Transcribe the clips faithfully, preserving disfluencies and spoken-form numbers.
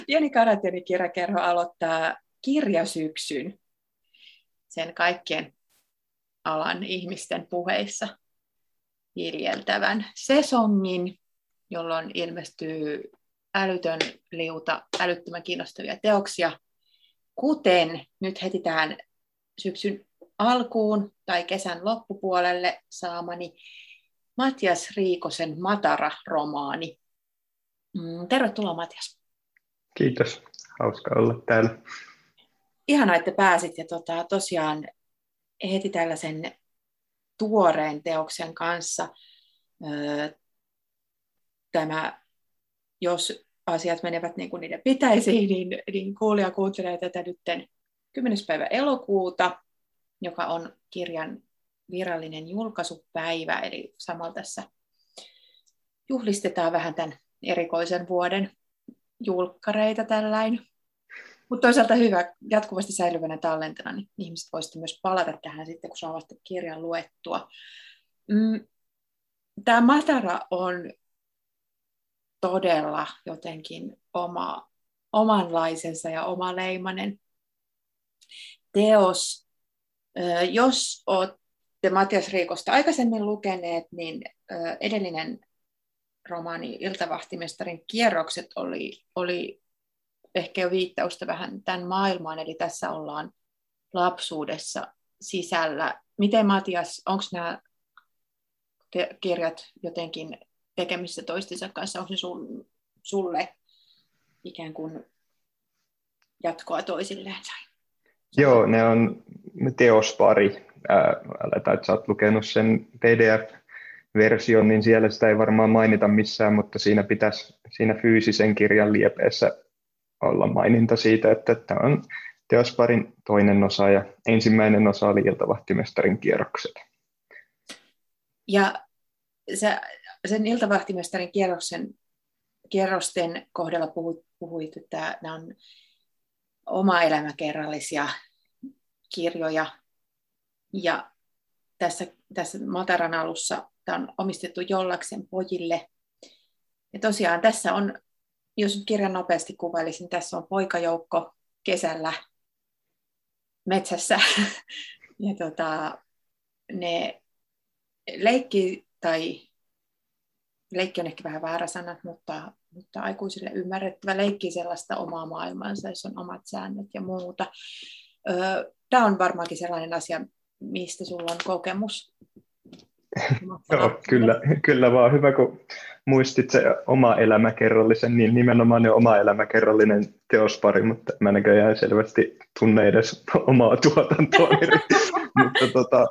Pieni Karanteeni kirjakerho aloittaa kirjasyksyn sen kaikkien alan ihmisten puheissa viljeltävän sesongin, jolloin ilmestyy älytön liuta älyttömän kiinnostavia teoksia, kuten nyt heti tähän syksyn alkuun tai kesän loppupuolelle saamani Matias Riikosen Matara-romaani. Tervetuloa, Matias. Kiitos. Hauska olla täällä. Ihanaa, että pääsit. Ja tota, tosiaan heti tällaisen tuoreen teoksen kanssa. Tämä, jos asiat menevät niin kuin niiden pitäisi, niin, niin kuulija kuuntelee tätä nyt kymmenes päivä elokuuta, joka on kirjan virallinen julkaisupäivä. Eli samalla tässä juhlistetaan vähän tämän erikoisen vuoden julkkareita tällainen. Mutta toisaalta hyvä, jatkuvasti säilyvänä tallentena, niin ihmiset voisivat myös palata tähän sitten, kun saavat kirjan luettua. Mm, Tämä Matara on todella jotenkin oma, omanlaisensa ja omaleimainen teos. Jos olette Matias Riikosta aikaisemmin lukeneet, niin edellinen romaani Iltavahtimestarin kierrokset oli, oli ehkä jo viittausta vähän tämän maailmaan, eli tässä ollaan lapsuudessa sisällä. Miten, Matias, onko nämä te- kirjat jotenkin tekemissä toistensa kanssa, onko ne sun, sulle ikään kuin jatkoa toisilleen? Joo, ne on teospari. Aletaan, että sä oot lukenut sen P D F-version, niin siellä sitä ei varmaan mainita missään, mutta siinä pitäisi siinä fyysisen kirjan liepeessä olla maininta siitä, että tämä on teosparin toinen osa ja ensimmäinen osa oli Iltavahtimestarin kierrokset. Ja sä, sen Iltavahtimestarin kierroksen, kierrosten kohdalla puhuit, puhuit, että nämä on oma-elämäkerrallisia kirjoja. Ja tässä, tässä Mataran alussa tämä on omistettu Jollaksen pojille. Ja tosiaan tässä on, jos nyt kirjan nopeasti kuvailisin, tässä on poikajoukko kesällä metsässä. Ja tota, ne leikki, tai leikki on ehkä vähän väärä sana, mutta, mutta aikuisille ymmärrettävä leikki sellaista omaa maailmansa, jossa on omat säännöt ja muuta. Tämä on varmaankin sellainen asia, mistä sulla on kokemus. Joo, kyllä, kyllä vaan. Hyvä, kun muistit se oma elämäkerrallisen, niin nimenomaan ne oma elämäkerrallinen teospari, mutta mä näköjään selvästi tunne edes omaa tuotantoa. mutta tota,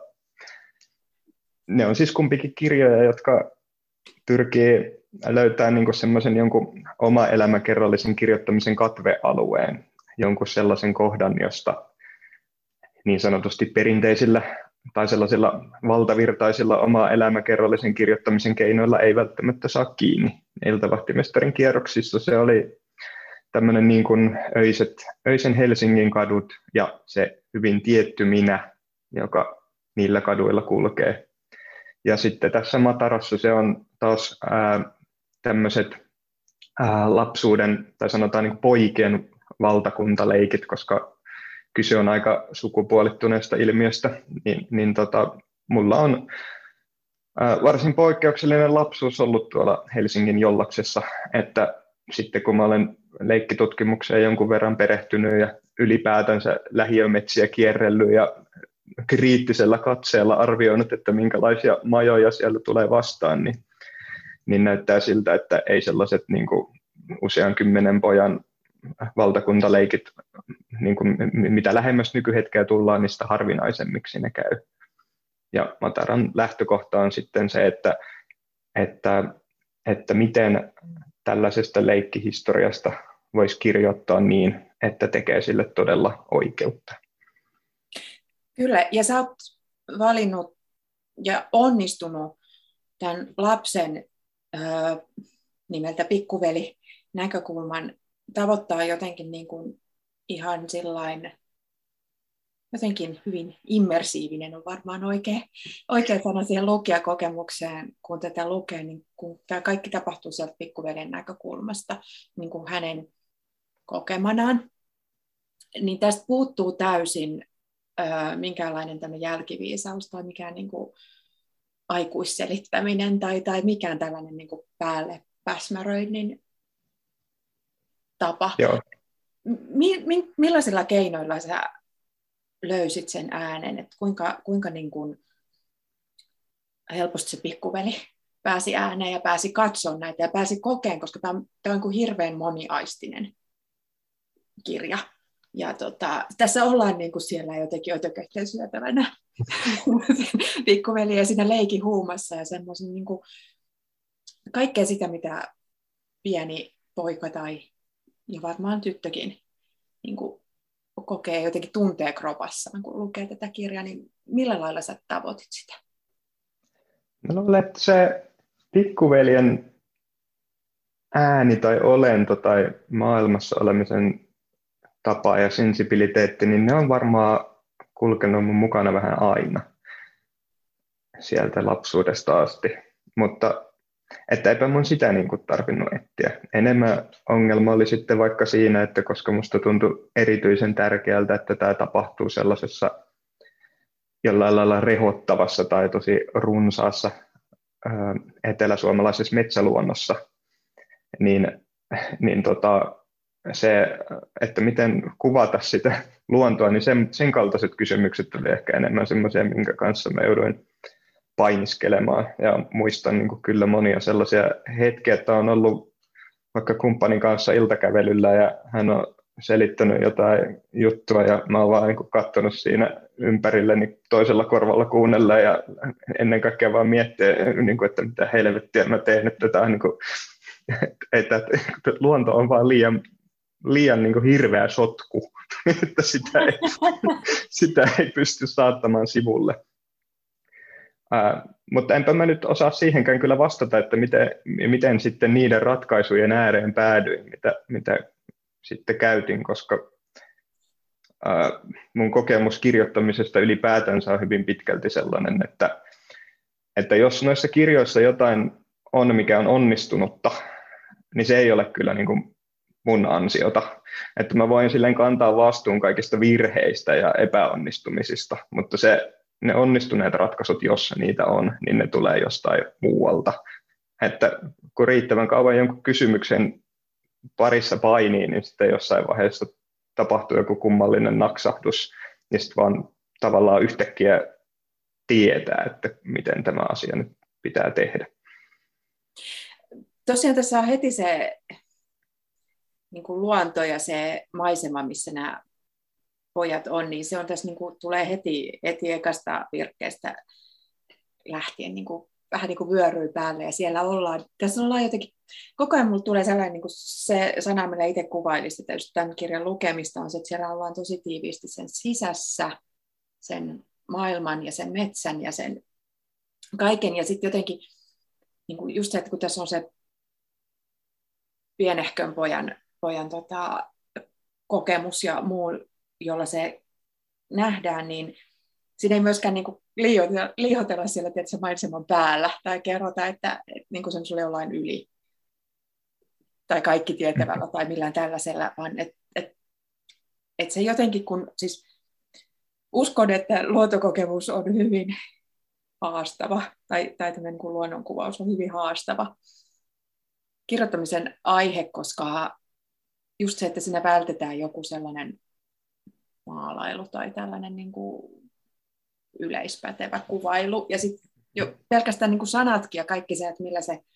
ne on siis kumpikin kirjoja, jotka pyrkii löytämään niin semmoisen jonkun oma elämäkerrallisen kirjoittamisen katvealueen, jonkun sellaisen kohdan, josta niin sanotusti perinteisillä tai sellaisilla valtavirtaisilla oma elämäkerrallisen kirjoittamisen keinoilla ei välttämättä saa kiinni. Iltavahtimestarin kierroksissa se oli tämmöinen niin kuin öiset, öisen Helsingin kadut ja se hyvin tietty minä, joka niillä kaduilla kulkee. Ja sitten tässä Matarassa se on taas ää, tämmöiset ää, lapsuuden tai sanotaan niin kuin poikien valtakuntaleikit, koska kyse on aika sukupuolittuneesta ilmiöstä, niin, niin tota, mulla on ää, varsin poikkeuksellinen lapsuus ollut tuolla Helsingin Jollaksessa, että sitten kun mä olen leikkitutkimukseen jonkun verran perehtynyt ja ylipäätänsä lähiömetsiä kierrellyt ja kriittisellä katseella arvioinut, että minkälaisia majoja siellä tulee vastaan, niin, niin näyttää siltä, että ei sellaiset niin kuin usean kymmenen pojan valtakuntaleikit, niin kuin mitä lähemmäs nykyhetkeä tullaan, niin sitä harvinaisemmiksi ne käy. Ja Mataran lähtökohta on sitten se, että, että, että miten tällaisesta leikkihistoriasta voisi kirjoittaa niin, että tekee sille todella oikeutta. Kyllä, ja sä oot valinnut ja onnistunut tämän lapsen äh, nimeltä Pikkuveli näkökulman tavoittaa jotenkin niin kuin ihan sillain, jotenkin hyvin immersiivinen on varmaan oikea, oikea sana siihen lukijakokemukseen, kun tätä lukee, niin kun tämä kaikki tapahtuu sieltä pikkuveljen näkökulmasta, niin kuin hänen kokemanaan. Niin tästä puuttuu täysin ö, minkäänlainen tämmöinen jälkiviisaus tai mikään niin kuin aikuisselittäminen tai, tai mikään tällainen niin kuin päälle päsmäröinnin tapa. Joo. Mi, mi, millaisilla keinoilla sä löysit sen äänen, että kuinka, kuinka niin kuin helposti se pikkuveli pääsi ääneen ja pääsi katsomaan näitä ja pääsi kokeen, koska tämä on, tämä on kuin hirveän moniaistinen kirja. Ja tota, tässä ollaan niin kuin siellä jotenkin ötököiden syötävänä pikkuveli ja siinä leikin huumassa ja semmoisen niin kuin kaikkea sitä, mitä pieni poika tai ja varmaan tyttökin niin kuin kokee, jotenkin tuntee kropassaan, kun lukee tätä kirjaa, niin millä lailla sä tavoitit sitä? Mä luulen, että se pikkuveljen ääni tai olento tai maailmassa olemisen tapa ja sensibiliteetti, niin ne on varmaan kulkenut mun mukana vähän aina sieltä lapsuudesta asti. Mutta että eipä mun sitä niin kuin tarvinnut etsiä. Enemmän ongelma oli sitten vaikka siinä, että koska musta tuntui erityisen tärkeältä, että tämä tapahtuu sellaisessa jollain lailla rehottavassa tai tosi runsaassa ää, eteläsuomalaisessa metsäluonnossa, niin, niin tota, se, että miten kuvata sitä luontoa, niin sen, sen kaltaiset kysymykset oli ehkä enemmän semmoisia, minkä kanssa mä jouduin painiskelemaan. Ja muistan niin kuin kyllä monia sellaisia hetkiä, että on ollut vaikka kumppanin kanssa iltakävelyllä ja hän on selittänyt jotain juttua ja mä oon vaan niin katsonut siinä ympärilleni toisella korvalla kuunnella ja ennen kaikkea vaan miettiä, niin kuin, että mitä helvettiä mä teen, että, tämä on, niin kuin, että, että, että luonto on vaan liian, liian niin kuin hirveä sotku, että sitä ei, sitä ei pysty saattamaan sivulle. Ää, mutta enpä mä nyt osaa siihenkään kyllä vastata, että miten, miten sitten niiden ratkaisujen ääreen päädyin, mitä, mitä sitten käytin, koska ää, mun kokemus kirjoittamisesta ylipäätänsä on hyvin pitkälti sellainen, että, että jos noissa kirjoissa jotain on, mikä on onnistunutta, niin se ei ole kyllä niin kuin mun ansiota. Että mä voin silleen kantaa vastuun kaikista virheistä ja epäonnistumisista, mutta se ne onnistuneet ratkaisut, jos niitä on, niin ne tulee jostain muualta. Että kun riittävän kauan jonkun kysymyksen parissa painii, niin sitten jossain vaiheessa tapahtuu joku kummallinen naksahdus, niin sitten vaan tavallaan yhtäkkiä tietää, että miten tämä asia nyt pitää tehdä. Tosiaan tässä on heti se niin kuin luonto ja se maisema, missä nämä pojat on, niin se on tässä, niin kuin, tulee heti, heti ekasta virkkeestä lähtien niin kuin, vähän niin kuin vyöryy päälle ja siellä ollaan. Tässä ollaan jotenkin, koko ajan mulle tulee sellainen niin kuin se sana, millä itse kuvailisin, että just tämän kirjan lukemista on se, että siellä ollaan tosi tiiviisti sen sisässä, sen maailman ja sen metsän ja sen kaiken. Ja sitten jotenkin niin kuin just se, että kun tässä on se pienehkön pojan, pojan tota, kokemus ja muu, jolla se nähdään, niin siinä ei myöskään niin kuin liioitella, liioitella siellä tietysti maiseman päällä tai kerrota, että, että niin kuin se on sulle jollain yli tai kaikki tietävällä tai millään tällaisella, vaan että et, et se jotenkin, kun siis uskon, että luontokokemus on hyvin haastava tai, tai tämmöinen niin kuin luonnonkuvaus on hyvin haastava kirjoittamisen aihe, koska just se, että siinä vältetään joku sellainen maalailu tai tällainen niin kuin yleispätevä kuvailu. Ja sitten jo pelkästään niin kuin sanatkin ja kaikki se, että millä, se,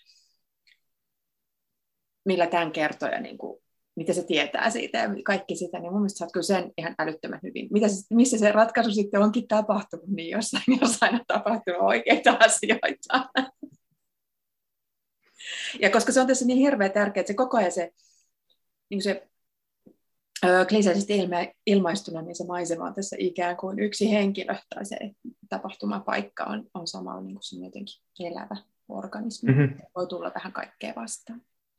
millä tämän kertoja, niin kuin, mitä se tietää siitä ja kaikki sitä, niin mun mielestä sä oot kyllä sen ihan älyttömän hyvin. Mitä se, missä se ratkaisu sitten onkin tapahtunut, niin jossain, jossain on tapahtunut oikeita asioita. Ja koska se on tässä niin hirveän tärkeää, että se koko ajan se, niin se kliseisesti ilmaistuna, niin se maisema on tässä ikään kuin yksi henkilö, tai se tapahtumapaikka on, on samalla niin kuin se jotenkin elävä organismi. Mm-hmm. Voi tulla vähän kaikkea vastaan.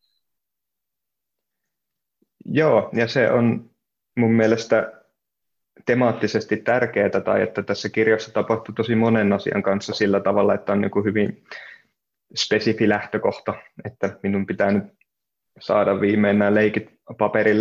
Joo, ja se on mun mielestä temaattisesti tärkeää, tai että tässä kirjassa tapahtuu tosi monen asian kanssa sillä tavalla, että on niin kuin hyvin spesifi lähtökohta, että minun pitää nyt saada viimein nämä leikit paperille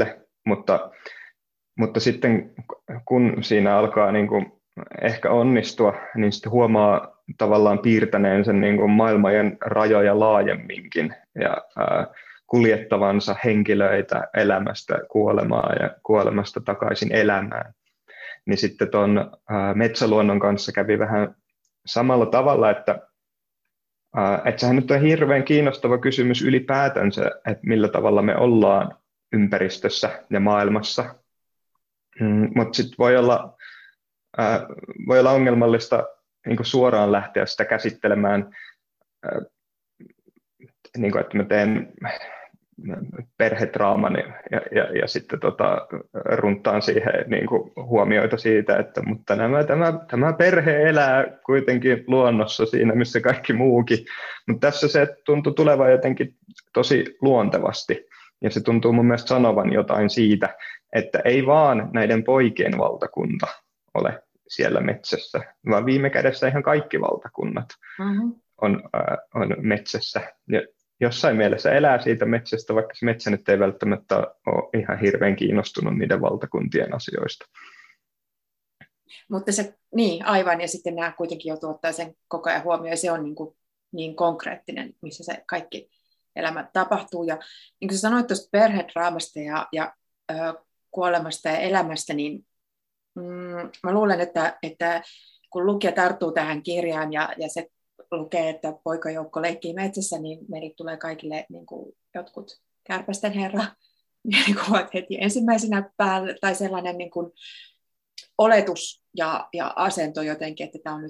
mutta, mutta sitten kun siinä alkaa niin kuin ehkä onnistua, niin sitten huomaa tavallaan piirtäneen sen niin kuin maailmojen rajoja laajemminkin ja ää, kuljettavansa henkilöitä elämästä kuolemaan ja kuolemasta takaisin elämään. Niin sitten tuon metsäluonnon kanssa kävi vähän samalla tavalla, että, ää, että sehän nyt on hirveän kiinnostava kysymys ylipäätänsä, että millä tavalla me ollaan ympäristössä ja maailmassa. Mm, mutta sitten voi olla, ää, voi olla ongelmallista niin kuin suoraan lähteä sitä käsittelemään, ää, niin kuin, että mä teen perhedraaman ja, ja, ja sitten tota, runtaan siihen niin kuin huomioita siitä, että mutta nämä, tämä, tämä perhe elää kuitenkin luonnossa siinä, missä kaikki muukin. Mutta tässä se tuntui tulevan jotenkin tosi luontevasti. Ja se tuntuu mun mielestä sanovan jotain siitä, että ei vaan näiden poikien valtakunta ole siellä metsässä, vaan viime kädessä ihan kaikki valtakunnat mm-hmm. on, äh, on metsässä. Ja jossain mielessä elää siitä metsästä, vaikka se metsä nyt ei välttämättä ole ihan hirveän kiinnostunut niiden valtakuntien asioista. Mutta se, niin aivan, ja sitten nämä kuitenkin joutuu ottaa sen koko ajan huomioon, ja se on niin, kuin, niin konkreettinen, missä se kaikki elämä tapahtuu. Ja niin kuin sä sanoit tuosta perhedraamasta ja, ja ö, kuolemasta ja elämästä, niin mm, mä luulen, että, että kun lukija tarttuu tähän kirjaan ja, ja se lukee, että poikajoukko leikkii metsässä, niin meille tulee kaikille niin kuin jotkut kärpästen herra mielikuvat heti ensimmäisenä päälle, tai sellainen niin kuin oletus ja, ja asento jotenkin, että tämä on nyt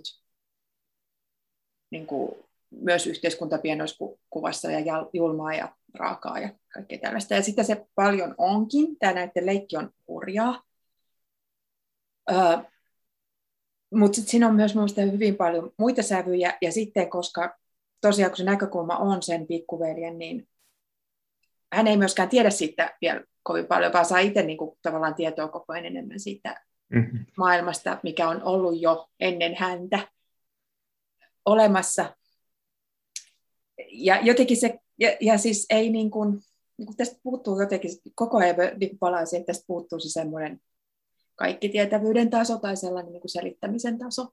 niin kuin myös yhteiskuntapienoiskuvassa ja julmaa ja raakaa ja kaikkea tällaista. Ja sitten se paljon onkin. Tämä näiden leikki on hurjaa. Öö, Mutta sitten siinä on myös minusta hyvin paljon muita sävyjä. Ja sitten, koska tosiaan kun se näkökulma on sen pikkuveljen, niin hän ei myöskään tiedä siitä vielä kovin paljon, vaan saa itse niin kuin, tavallaan tietoa koko ajan enemmän siitä mm-hmm. maailmasta, mikä on ollut jo ennen häntä olemassa. Ja jotenkin se, ja, ja siis ei niin kuin, niin kuin tästä puuttuu jotenkin, koko ajan niin palaa siihen, että tästä puuttuu se semmoinen kaikkitietävyyden taso tai sellainen niin kuin selittämisen taso.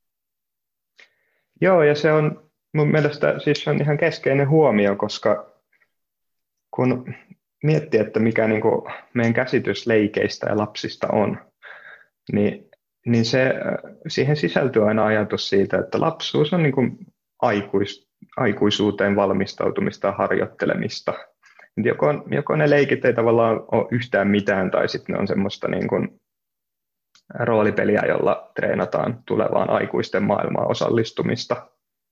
Joo, ja se on mun mielestä siis on ihan keskeinen huomio, koska kun miettii, että mikä niin kuin meidän käsitys leikeistä ja lapsista on, niin, niin se, siihen sisältyy aina ajatus siitä, että lapsuus on niin kuin aikuis, aikuisuuteen valmistautumista ja harjoittelemista. Joko, joko ne leikit ei tavallaan ole yhtään mitään, tai sitten ne on semmoista niin kuin roolipeliä, jolla treenataan tulevaan aikuisten maailmaan osallistumista.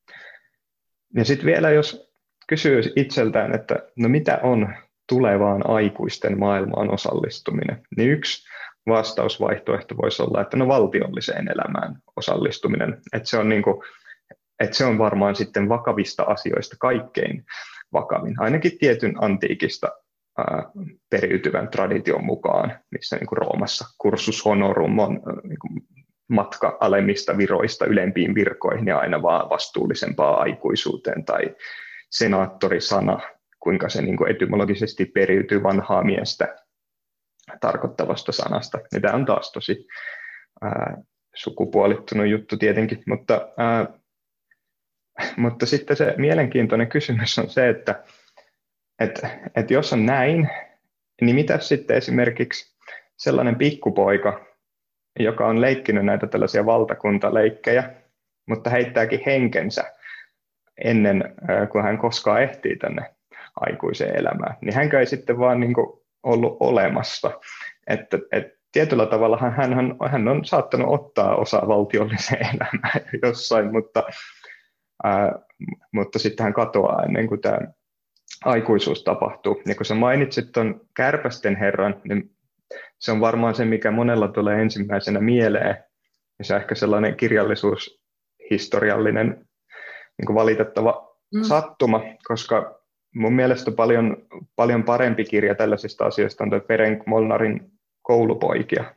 Ja sitten vielä, jos kysyy itseltään, että no mitä on tulevaan aikuisten maailmaan osallistuminen, niin yksi vastausvaihtoehto voisi olla, että no valtiolliseen elämään osallistuminen, että se on, niin kuin, että se on varmaan sitten vakavista asioista kaikkein vakavin, ainakin tietyn antiikista ää, periytyvän tradition mukaan, missä niin kuin Roomassa cursus honorum on niin kuin matka alemmista viroista ylempiin virkoihin ja aina vaan vastuullisempaa aikuisuuteen, tai senaattorisana, kuinka se niin kuin etymologisesti periytyy vanhaa miestä tarkoittavasta sanasta. Ja tämä on taas tosi ää, sukupuolittunut juttu tietenkin, mutta, ää, mutta sitten se mielenkiintoinen kysymys on se, että et, et jos on näin, niin mitä sitten esimerkiksi sellainen pikkupoika, joka on leikkinyt näitä tällaisia valtakuntaleikkejä, mutta heittääkin henkensä ennen kuin hän koskaan ehtii tänne aikuiseen elämään, niin hänkö ei sitten vaan niin kuin ollut olemassa. Että, et tietyllä tavalla hän, hän, hän on saattanut ottaa osaa valtiolliseen elämään jossain, mutta, ää, mutta sitten hän katoaa ennen kuin tämä aikuisuus tapahtuu. Ja kun sä mainitsit tuon kärpästen herran, niin se on varmaan se, mikä monella tulee ensimmäisenä mieleen. Ja se on ehkä sellainen kirjallisuushistoriallinen niin kuin valitettava mm. sattuma, koska mun mielestä paljon, paljon parempi kirja tällaisista asioista on tuo Ferenc Molnarin Koulupoikia,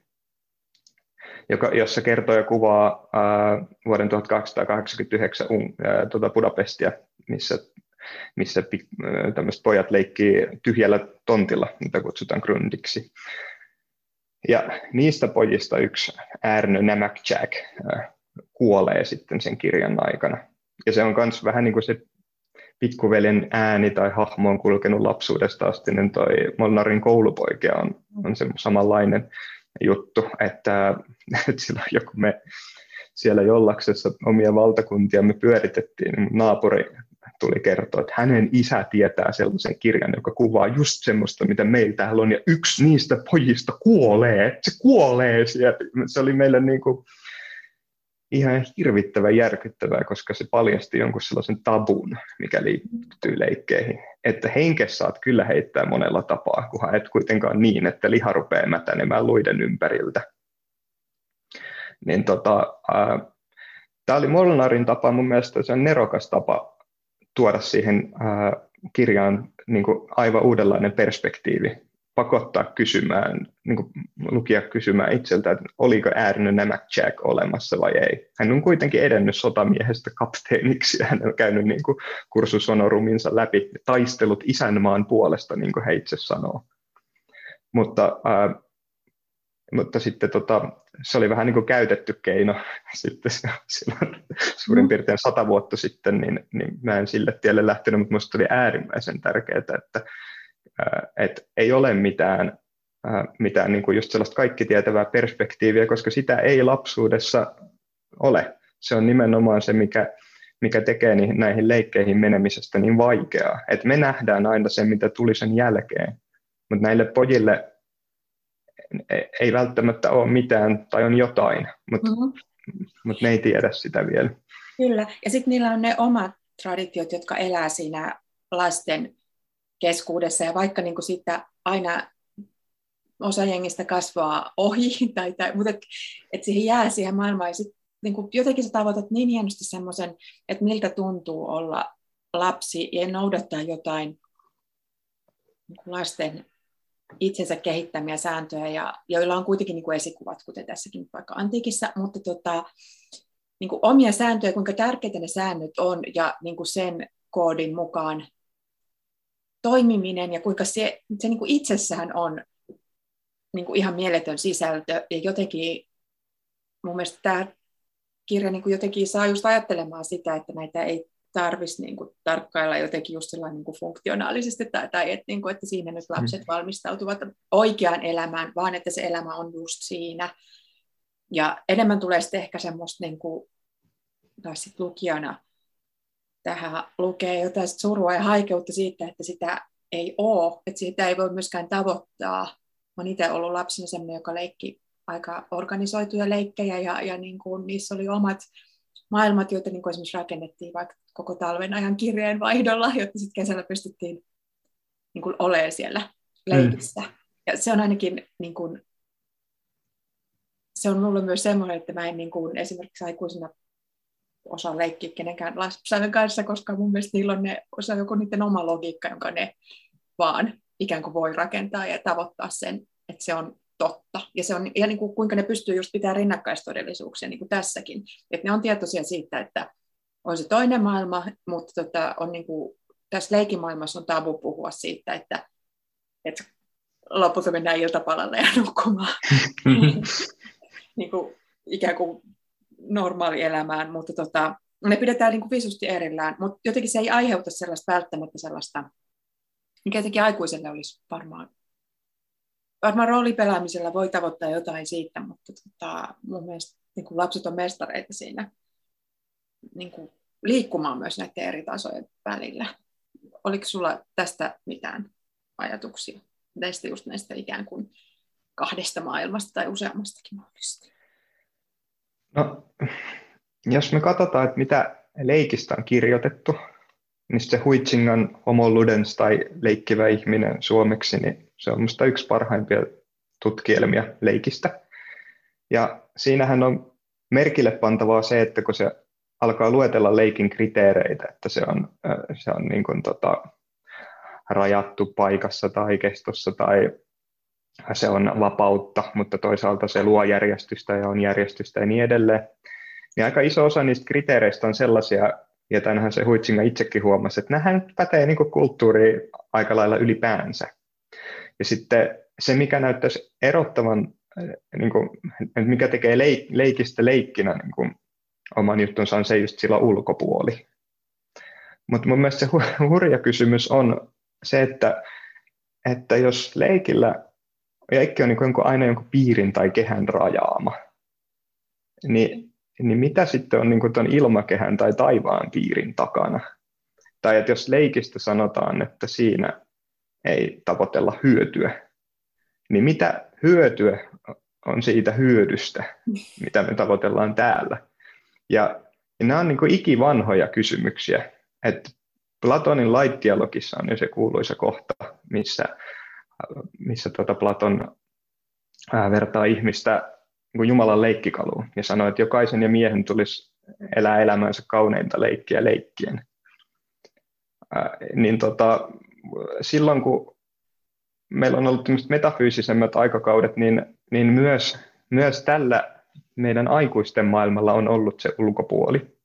joka, jossa kertoo ja kuvaa ää, vuoden tuhatkahdeksansataakahdeksankymmentäyhdeksän ää, tuota Budapestia, missä missä tämmöiset pojat leikkii tyhjällä tontilla, mitä kutsutaan grundiksi. Ja niistä pojista yksi Ernö Nämäkjäk kuolee sitten sen kirjan aikana. Ja se on myös vähän niin kuin se pikkuveljen ääni tai hahmo on kulkenut lapsuudesta asti, niin toi Molnarin koulupoikia on, on se samanlainen juttu, että, että silloin joku me siellä Jollaksessa omia valtakuntia me pyöritettiin, niin naapuri tuli kertoa, että hänen isä tietää sellaisen kirjan, joka kuvaa just semmoista, mitä meillä täällä on, ja yksi niistä pojista kuolee, se kuolee sieltä. Se oli meille niin kuin ihan hirvittävän järkyttävää, koska se paljasti jonkun sellaisen tabun, mikä liittyy leikkeihin. Että henkessä saat kyllä heittää monella tapaa, kunhan et kuitenkaan niin, että liha rupeaa mätänemään luiden ympäriltä. Niin tota, tämä oli Molnarin tapa, mun mielestä se on nerokas tapa tuoda siihen ää, kirjaan niin kuin aivan uudenlainen perspektiivi, pakottaa kysymään, niin kuin lukija kysymään itseltä, että oliko Ernö Nämäkjäk olemassa vai ei. Hän on kuitenkin edennyt sotamiehestä kapteeniksi ja hän on käynyt niin kuin kursus honoruminsa läpi, taistelut isänmaan puolesta, niin kuin he itse sanoo. Mutta, ää, mutta sitten tota, se oli vähän niin kuin käytetty keino sitten silloin suurin piirtein sata vuotta sitten, niin, niin mä en sille tielle lähtenyt, mutta minusta oli äärimmäisen tärkeää, että että ei ole mitään, mitään niin kuin just sellaista kaikki tietävää perspektiiviä, koska sitä ei lapsuudessa ole. Se on nimenomaan se, mikä, mikä tekee näihin leikkeihin menemisestä niin vaikeaa. Että me nähdään aina se, mitä tuli sen jälkeen, mutta näille pojille ei välttämättä ole mitään tai on jotain, mutta, mm-hmm. mutta ne ei tiedä sitä vielä. Kyllä, ja sitten niillä on ne omat traditiot, jotka elää siinä lasten keskuudessa, ja vaikka niin kuin siitä aina osa jengistä kasvaa ohi, tai, tai, mutta että et siihen jää siihen maailmaan, ja sit, niin kuin jotenkin sä tavoitat niin hienosti semmoisen, että miltä tuntuu olla lapsi ja noudattaa jotain niin kuin lasten itsensä kehittämiä sääntöjä, ja, joilla on kuitenkin niin kuin esikuvat, kuten tässäkin vaikka antiikissa, mutta tota, niin kuin omia sääntöjä, kuinka tärkeitä ne säännöt on, ja niin kuin sen koodin mukaan toimiminen, ja kuinka se, se niin kuin itsessään on niin kuin ihan mieletön sisältö, ja jotenkin mun mielestä tämä kirja niin kuin jotenkin saa just ajattelemaan sitä, että näitä ei tarvitsisi niin kuin tarkkailla jotenkin just sellainen niin kuin funktionaalisesti, tai, tai että, niin kuin, että siinä nyt lapset valmistautuvat oikeaan elämään, vaan että se elämä on just siinä. Ja enemmän tulee sitten ehkä semmoista, niin kuin, taas sit lukijana, tähän lukee jotain surua ja haikeutta siitä, että sitä ei ole, että sitä ei voi myöskään tavoittaa. Mä oon itse ollut lapsena sellainen, joka leikki aika organisoituja leikkejä, ja, ja niin kuin niissä oli omat maailmat, joita niin kuin esimerkiksi rakennettiin vaikka koko talven ajan kirjeenvaihdolla, jotta sitten kesällä pystyttiin niin kuin olemaan siellä leikissä. Mm. Ja se on ainakin, niin kuin, se on mulle myös semmoinen, että mä en niin kuin, esimerkiksi aikuisena osaa leikkiä kenenkään lapsen kanssa, koska mun mielestä niillä on ne, osa joku niiden oma logiikka, jonka ne vaan ikään kuin voi rakentaa ja tavoittaa sen, että se on totta. Ja se on ihan niin kuin, kuinka ne pystyy just pitämään rinnakkaistodellisuuksia, niin kuin tässäkin. Että ne on tietoisia siitä, että on se toinen maailma, mutta tota, on niin kuin, tässä leikimaailmassa on tabu puhua siitä, että, että lopulta mennään iltapalalle ja nukkumaan. niin kuin, ikään kuin normaalielämään, mutta tota, ne pidetään niin kuin visusti erillään, mutta jotenkin se ei aiheuta sellaista välttämättä sellaista, mikä jotenkin aikuiselle olisi varmaan, varmaan roolipelaamisella voi tavoittaa jotain siitä, mutta tota, mun mielestä niin kuin lapset on mestareita siinä niin kuin liikkumaan myös näiden eri tasojen välillä. Oliko sulla tästä mitään ajatuksia? Näistä just näistä ikään kuin kahdesta maailmasta tai useammastakin mahdollisesti? No, jos me katsotaan, että mitä leikistä on kirjoitettu, niin se Huizingan Homo ludens tai leikkivä ihminen suomeksi, niin se on minusta yksi parhaimpia tutkielmia leikistä. Ja siinähän on merkille pantavaa se, että kun se alkaa luetella leikin kriteereitä, että se on, se on niin kuin tota, rajattu paikassa tai kestossa tai se on vapautta, mutta toisaalta se luo järjestystä ja on järjestystä ja niin edelleen. Niin aika iso osa niistä kriteereistä on sellaisia, Ja tämänhän se Huizinga itsekin huomasi, että nämähän pätee niin kuin kulttuuriin aika lailla ylipäänsä. Ja sitten se, mikä näyttäisi erottavan, niin kuin, mikä tekee leik- leikistä leikkinä niin kuin oman juttunsa, on se just sillä ulkopuoli. Mutta mun mielestä se hurja kysymys on se, että, että jos leikillä, leikki on niin kuin aina jonkun piirin tai kehän rajaama, niin, niin mitä sitten on niin kuin tuon ilmakehän tai taivaan piirin takana? Tai että jos leikistä sanotaan, että siinä ei tavoitella hyötyä, niin mitä hyötyä on siitä hyödystä, mitä me tavoitellaan täällä? Ja, ja nämä on niin kuin ikivanhoja kysymyksiä. Että Platonin laitdialogissa on jo se kuuluisa kohta, missä, missä tuota Platon ää, vertaa ihmistä niin kuin Jumalan leikkikaluun ja sanoo, että jokaisen ja miehen tulisi elää elämänsä kauneinta leikkiä leikkien. Ää, niin tota, silloin kun meillä on ollut metafyysisemmät aikakaudet, niin, niin myös, myös tällä meidän aikuisten maailmalla on ollut se ulkopuoli.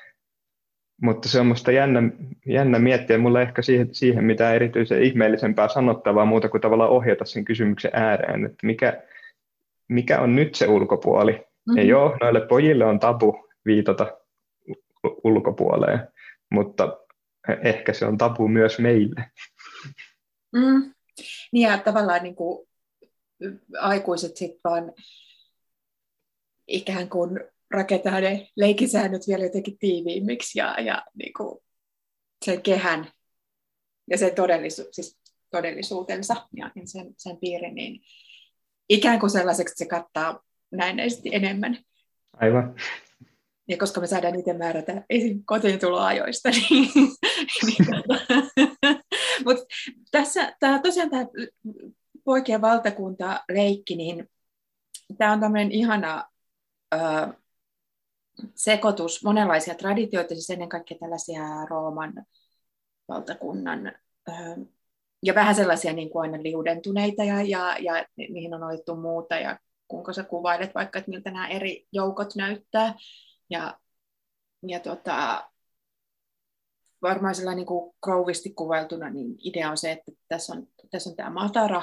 Mutta se on minusta jännä, jännä miettiä. Mulla ei ehkä siihen, siihen mitään erityisen ihmeellisempää sanottavaa muuta kuin tavallaan ohjata sen kysymyksen ääreen, että mikä, mikä on nyt se ulkopuoli. Mm-hmm. Ja joo, noille pojille on tabu viitata ulkopuoleen, mutta ehkä se on tabu myös meille. Mm. Niin ja tavallaan niin kuin aikuiset sitten vaan ikään kuin rakentaa ne leikisäännöt vielä jotenkin tiiviimmiksi ja, ja niin kuin sen kehän ja sen todellisu- siis todellisuutensa ja sen, sen piirin niin ikään kuin sellaiseksi, että se kattaa näennäisesti enemmän. Aivan. Ja koska me saadaan itse määrätä kotiintuloajoista, niin, niin mutta tässä tää, tosiaan tämä poikien valtakuntaleikki, niin tämä on tämmöinen ihana ö, sekoitus monenlaisia traditioita, siis ennen kaikkea tällaisia Rooman valtakunnan ö, ja vähän sellaisia niin kuin aina liudentuneita ja, ja, ja niihin on otettu muuta ja kuinka sä kuvailet vaikka, että miltä nämä eri joukot näyttää. Ja, ja tota, varmaan sellainen niin kuin Crowisti kuvailtuna, niin idea on se, että tässä on, tässä on tämä matara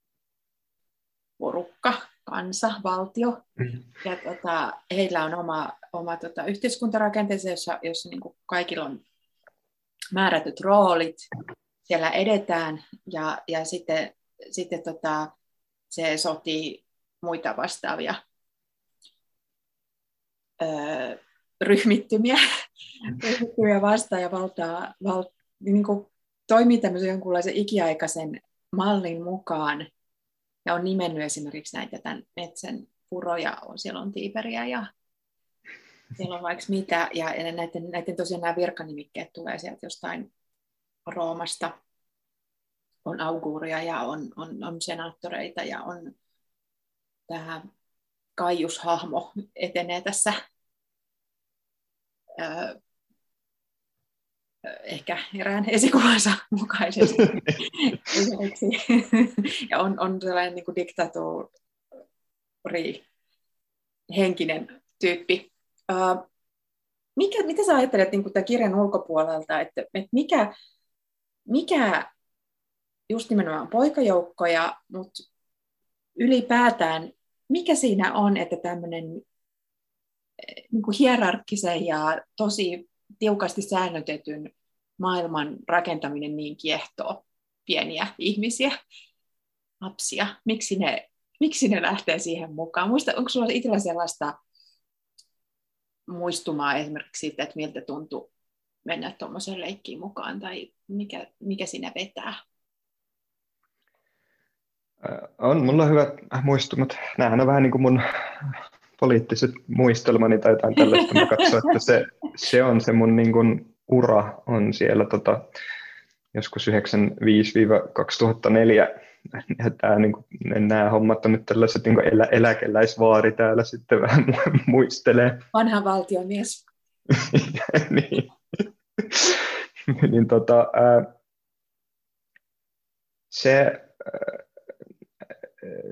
porukka, kansa, valtio, mm. ja tota, heillä on oma, oma tota, yhteiskuntarakenteensa, jossa, jossa niin kuin kaikilla on määrätyt roolit, siellä edetään, ja, ja sitten, sitten tota, se sotii muita vastaavia öö, ryhmittymiä, ryhmittymiä vastaan ja valtaa, val, niin kuin toimii tämmöisen jonkunlaisen ikiaikaisen mallin mukaan ja on nimennyt esimerkiksi näitä tämän metsän puroja, on, siellä on tiiperiä ja siellä on vaikka mitä ja, ja näiden, näiden tosiaan nämä virkanimikkeet tulee sieltä jostain Roomasta, on auguuria ja on, on, on senaattoreita ja on tämä Kaius-hahmo etenee tässä Öö, ehkä erään esikuvansa mukaisesti. Ja on, on sellainen niin kuin diktatuuri henkinen tyyppi. Öö, mikä, mitä sä ajattelet niin kuin tämän kirjan ulkopuolelta, että, että mikä, mikä just nimenomaan poikajoukkoja, mutta ylipäätään, mikä siinä on, että tämmöinen niin kuin hierarkkisen ja tosi tiukasti säännötetyn maailman rakentaminen niin kiehtoo pieniä ihmisiä, lapsia. Miksi ne, miksi ne lähtee siihen mukaan? Muista, onko sinulla itsellä sellaista muistumaa esimerkiksi siitä, että miltä tuntui mennä tuommoiseen leikkiin mukaan, tai mikä, mikä siinä vetää? On mulla hyvät muistumat. Nämähän on vähän niin kuin mun poliittiset muistelmani tai jotain tällaista. Mä katson, että se, se on se mun niin kuin ura on siellä tota, joskus yhdeksänkymmentäviisi kaksituhattaneljä. Ja tää, niin kuin, nämä hommat on nyt tällaiset niin kuin elä, eläkeläisvaari täällä sitten vähän muistelee. Vanha valtiomies. niin. niin tota, ää, se, ää,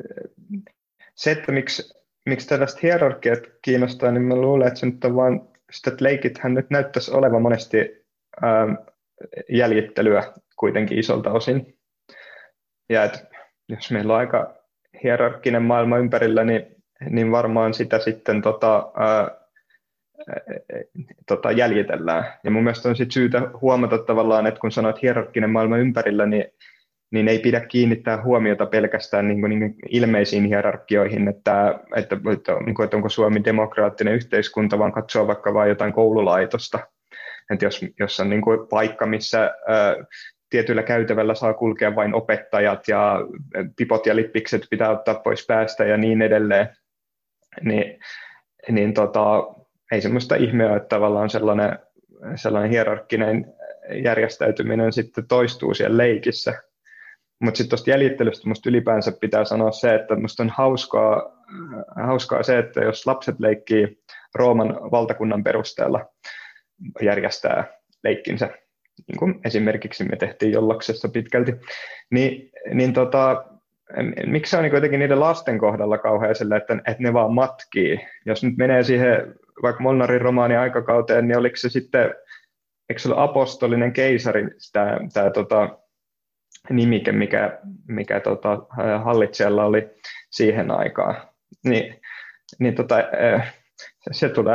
se, että miksi, miksi tällaiset hierarkiat kiinnostaa, niin mä luulen, että se nyt on vain sitä leikithän nyt näyttäisi olevan monesti ää, jäljittelyä kuitenkin isolta osin. Ja et, jos meillä on aika hierarkkinen maailma ympärillä, niin, niin varmaan sitä sitten tota, ää, tota, jäljitellään. Ja mun mielestä on sit syytä huomata tavallaan, että kun sanoit hierarkkinen maailma ympärillä, niin, niin ei pidä kiinnittää huomiota pelkästään niin kuin, niin kuin ilmeisiin hierarkioihin, että, että, että, että onko Suomi demokraattinen yhteiskunta, vaan katsoa vaikka vain jotain koululaitosta. Että jos, jos on niin kuin paikka, missä ää, tietyllä käytävällä saa kulkea vain opettajat ja pipot ja lippikset pitää ottaa pois päästä ja niin edelleen, niin, niin tota, ei semmoista ihmeä, että tavallaan sellainen, sellainen hierarkkinen järjestäytyminen sitten toistuu siellä leikissä. Mutta sitten tuosta jäljittelystä musta ylipäänsä pitää sanoa se, että musta on hauskaa, hauskaa se, että jos lapset leikkii Rooman valtakunnan perusteella järjestää leikkinsä, niin kuin esimerkiksi me tehtiin Jollaksessa pitkälti, niin, niin tota, miksi se on niin jotenkin niiden lasten kohdalla kauhean sille, että, että ne vaan matkii. Jos nyt menee siihen vaikka Molnarin romaanin aikakauteen, niin oliko se sitten, eikö se ole apostolinen keisari, tämä, tämä tota, nimike, mikä, mikä tota, hallitsijalla oli siihen aikaan. Niin, niin tota, se tulee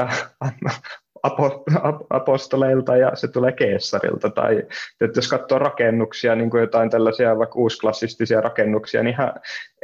apostoleilta ja se tulee keessarilta. Tai että jos katsoo rakennuksia, niin kuin jotain tällaisia vaikka uusklassistisia rakennuksia, niin ihan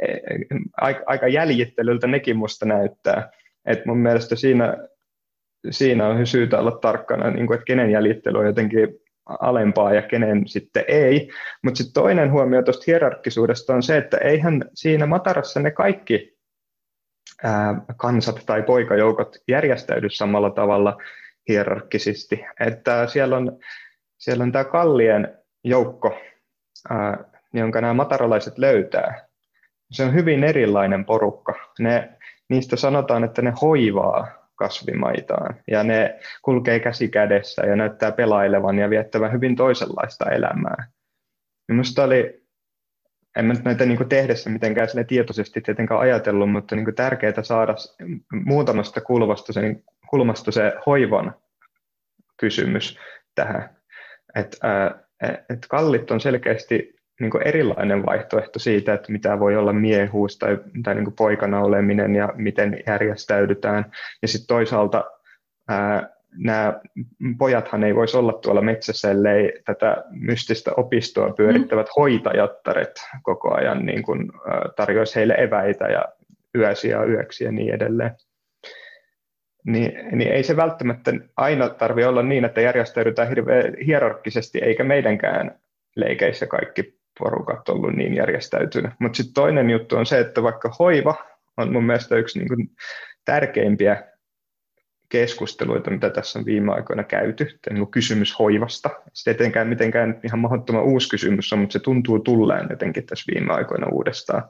aika jäljittelyltä nekin musta näyttää. Et mun mielestä siinä, siinä on syytä olla tarkkana, niin kuin, että kenen jäljittely on jotenkin alempaa ja kenen sitten ei. Mutta sitten toinen huomio tuosta hierarkkisuudesta on se, että eihän siinä Matarassa ne kaikki ää, kansat tai poikajoukot järjestäydy samalla tavalla hierarkkisesti. Että siellä on, siellä on tämä Kallien joukko, ää, jonka nämä mataralaiset löytää. Se on hyvin erilainen porukka. Ne, niistä sanotaan, että ne hoivaa kasvimaitaan ja ne kulkee käsi kädessä ja näyttää pelailevan ja viettävän hyvin toisenlaista elämää. Minusta oli, en mä nyt näitä niin kuin tehdessä mitenkään tietoisesti tietenkään ajatellut, mutta niin kuin tärkeää saada muutamasta kulmasta se, kulmasta se hoivan kysymys tähän. Et, ää, et kallit on selkeästi niin kuin erilainen vaihtoehto siitä, että mitä voi olla miehuus tai, tai niin kuin poikana oleminen ja miten järjestäydytään. Ja sitten toisaalta ää, nämä pojathan ei voisi olla tuolla metsässä, ellei tätä mystistä opistoa pyörittävät hoitajattaret koko ajan niin kuin, ää, tarjoaisi heille eväitä ja yösiä yöksi ja niin edelleen. Niin, niin ei se välttämättä aina tarvitse olla niin, että järjestäydytään hirveän hierarkkisesti, eikä meidänkään leikeissä kaikki porukat ollut niin järjestäytynyt. Mutta sitten toinen juttu on se, että vaikka hoiva on mun mielestä yksi niin kuin tärkeimpiä keskusteluita, mitä tässä on viime aikoina käyty, niin kysymys hoivasta. Se ei tietenkään mitenkään ihan mahdottoman uusi kysymys on, mutta se tuntuu tulleen jotenkin tässä viime aikoina uudestaan.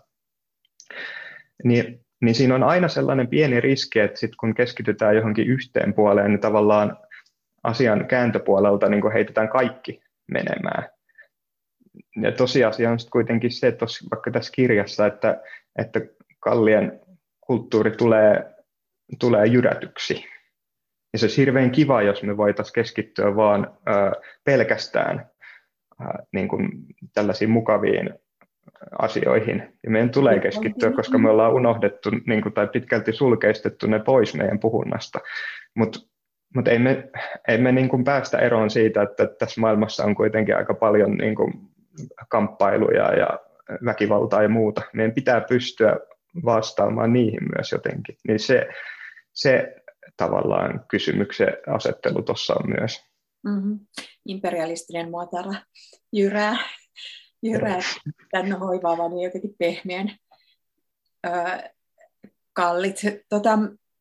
Niin, niin siinä on aina sellainen pieni riski, että sit kun keskitytään johonkin yhteen puoleen, niin tavallaan asian kääntöpuolelta niin heitetään kaikki menemään. Ja tosiasia on sitten kuitenkin se, että vaikka tässä kirjassa, että, että Kallien kulttuuri tulee, tulee jyrätyksi. Ja se olisi hirveän kiva, jos me voitaisiin keskittyä vaan äh, pelkästään äh, niin kuin tällaisiin mukaviin asioihin. Ja meidän tulee keskittyä, koska me ollaan unohdettu niin kuin, tai pitkälti sulkeistettu ne pois meidän puhunnasta. Mutta mut ei me, ei me niin kuin päästä eroon siitä, että tässä maailmassa on kuitenkin aika paljon niin kuin kamppailuja ja väkivaltaa ja muuta. Meidän pitää pystyä vastaamaan niihin myös jotenkin. Niin se, se tavallaan kysymyksen asettelu tuossa on myös. Mm-hmm. Imperialistinen matara jyrää, jyrää tänne hoivaavan ja jotenkin pehmeän öö, kallit. Tota,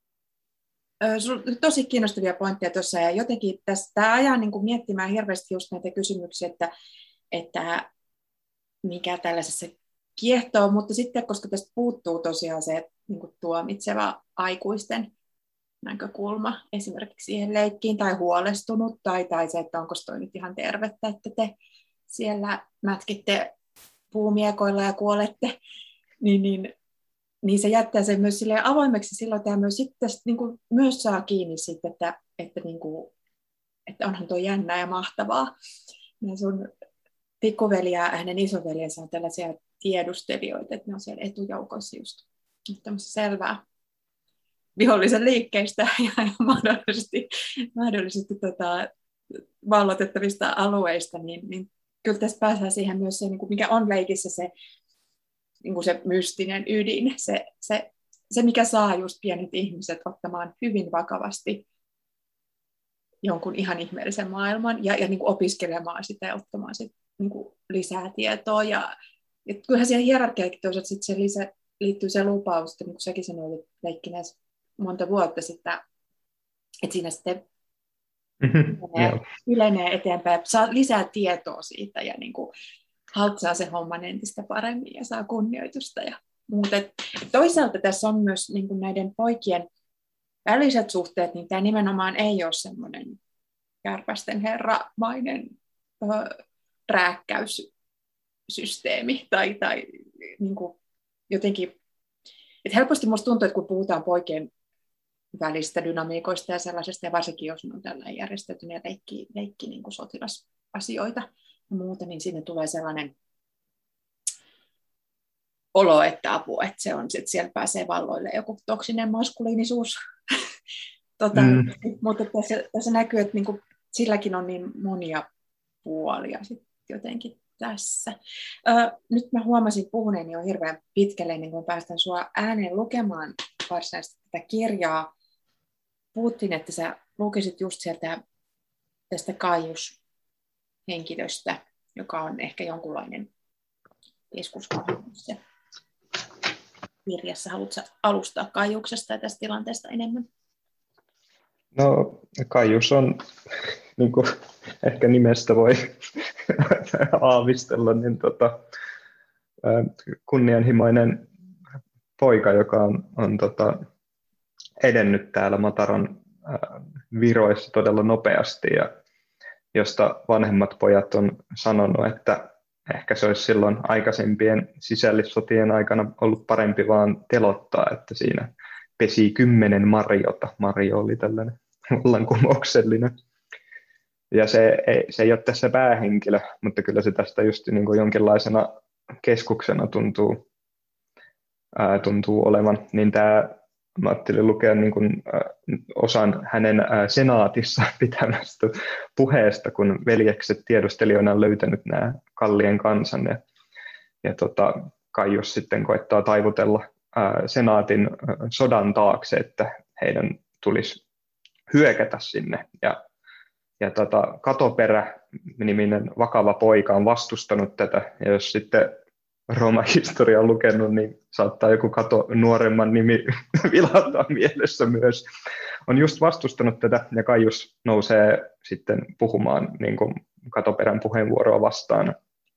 tosi kiinnostavia pointteja tuossa ja jotenkin tämä ajan niin kuin miettimään hirveästi just näitä kysymyksiä, että, että mikä tällaisessa kiehtoo, mutta sitten koska tästä puuttuu tosiaan se niin kuin tuomitseva aikuisten näkökulma esimerkiksi siihen leikkiin tai huolestunut tai, tai se, että onko toi nyt ihan tervettä, että te siellä mätkitte puumiekoilla ja kuolette, niin, niin, niin se jättää sen myös silleen avoimeksi. Silloin tämä myös, sitten, niin kuin myös saa kiinni siitä, että, että, niin kuin, että onhan tuo jännää ja mahtavaa. Ja sun pikkuveli ja hänen isoveljensä on tällaisia tiedustelijoita, että ne on siellä etujoukoissa just tämmöistä selvää vihollisen liikkeistä ja mahdollisesti, mahdollisesti tota, vallotettavista alueista, niin, niin kyllä tässä pääsee siihen myös se, mikä on leikissä se, niin kuin se mystinen ydin, se, se, se, mikä saa just pienet ihmiset ottamaan hyvin vakavasti jonkun ihan ihmeellisen maailman ja, ja niin kuin opiskelemaan sitä ja ottamaan sit, niin kuin lisää tietoa. Ja, ja kyllähän siihen hierarkiakin toisaalta sit se lisä, liittyy se lupaus, että niin kuin säkin sanoit leikkineet monta vuotta sitten, että siinä sitten ylenee, ylenee eteenpäin ja saa lisää tietoa siitä ja niin kuin haltsaa se homman entistä paremmin ja saa kunnioitusta ja muuta. Toisaalta tässä on myös niin kuin näiden poikien väliset suhteet, niin tämä nimenomaan ei ole semmoinen kärpästen herramainen ö, rääkkäyssysteemi tai, tai niin kuin jotenkin, että helposti musta tuntuu, että kun puhutaan poikien välistä dynamiikoista ja sellaisesta, ja varsinkin jos on tällainen järjestäytynyt ja leikki, leikki niin kuin sotilasasioita ja muuta, niin sinne tulee sellainen olo, että apua, että se on, että siellä pääsee valloille joku toksinen maskuliinisuus. tota, mm. Mutta tässä, tässä näkyy, että niin kuin, silläkin on niin monia puolia sit jotenkin tässä. Ö, nyt mä huomasin puhuneeni jo hirveän pitkälle, niin kun päästän sua ääneen lukemaan varsinaisesti tätä kirjaa. Puhuttiin, että sä lukisit just sieltä tästä Kaius-henkilöstä, joka on ehkä jonkunlainen keskuskahvuus. Kirjassa haluatko alustaa Kaiuksesta ja tästä tilanteesta enemmän? No, Kaius on, niin kuin ehkä nimestä voi aavistella, niin tota, kunnianhimoinen poika, joka on, on tota, edennyt täällä Mataron viroissa todella nopeasti ja josta vanhemmat pojat on sanonut, että ehkä se olisi silloin aikaisempien sisällissotien aikana ollut parempi vaan telottaa, että siinä pesi kymmenen Mariota. Mario oli tällainen vallankumouksellinen. Ja se ei, se ei ole tässä päähenkilö, mutta kyllä se tästä just niin kuin jonkinlaisena keskuksena tuntuu, ää, tuntuu olevan. Niin tämä, mä ajattelin lukea niin kuin, ää, osan hänen ää, senaatissa pitämästä puheesta, kun veljekset tiedustelijoina on löytänyt nämä Kallien kansan. Ja, ja tota, Kaius sitten koettaa taivutella ää, senaatin ää, sodan taakse, että heidän tulisi hyökätä sinne. Ja, ja tota, Katoperä-niminen vakava poika on vastustanut tätä. Ja jos sitten Rooman historia on lukenut, niin saattaa joku Kato nuoremman nimi vilahtaa mielessä myös. On just vastustanut tätä, ja Kaius nousee sitten puhumaan niin kuin Katoperän puheenvuoroa vastaan.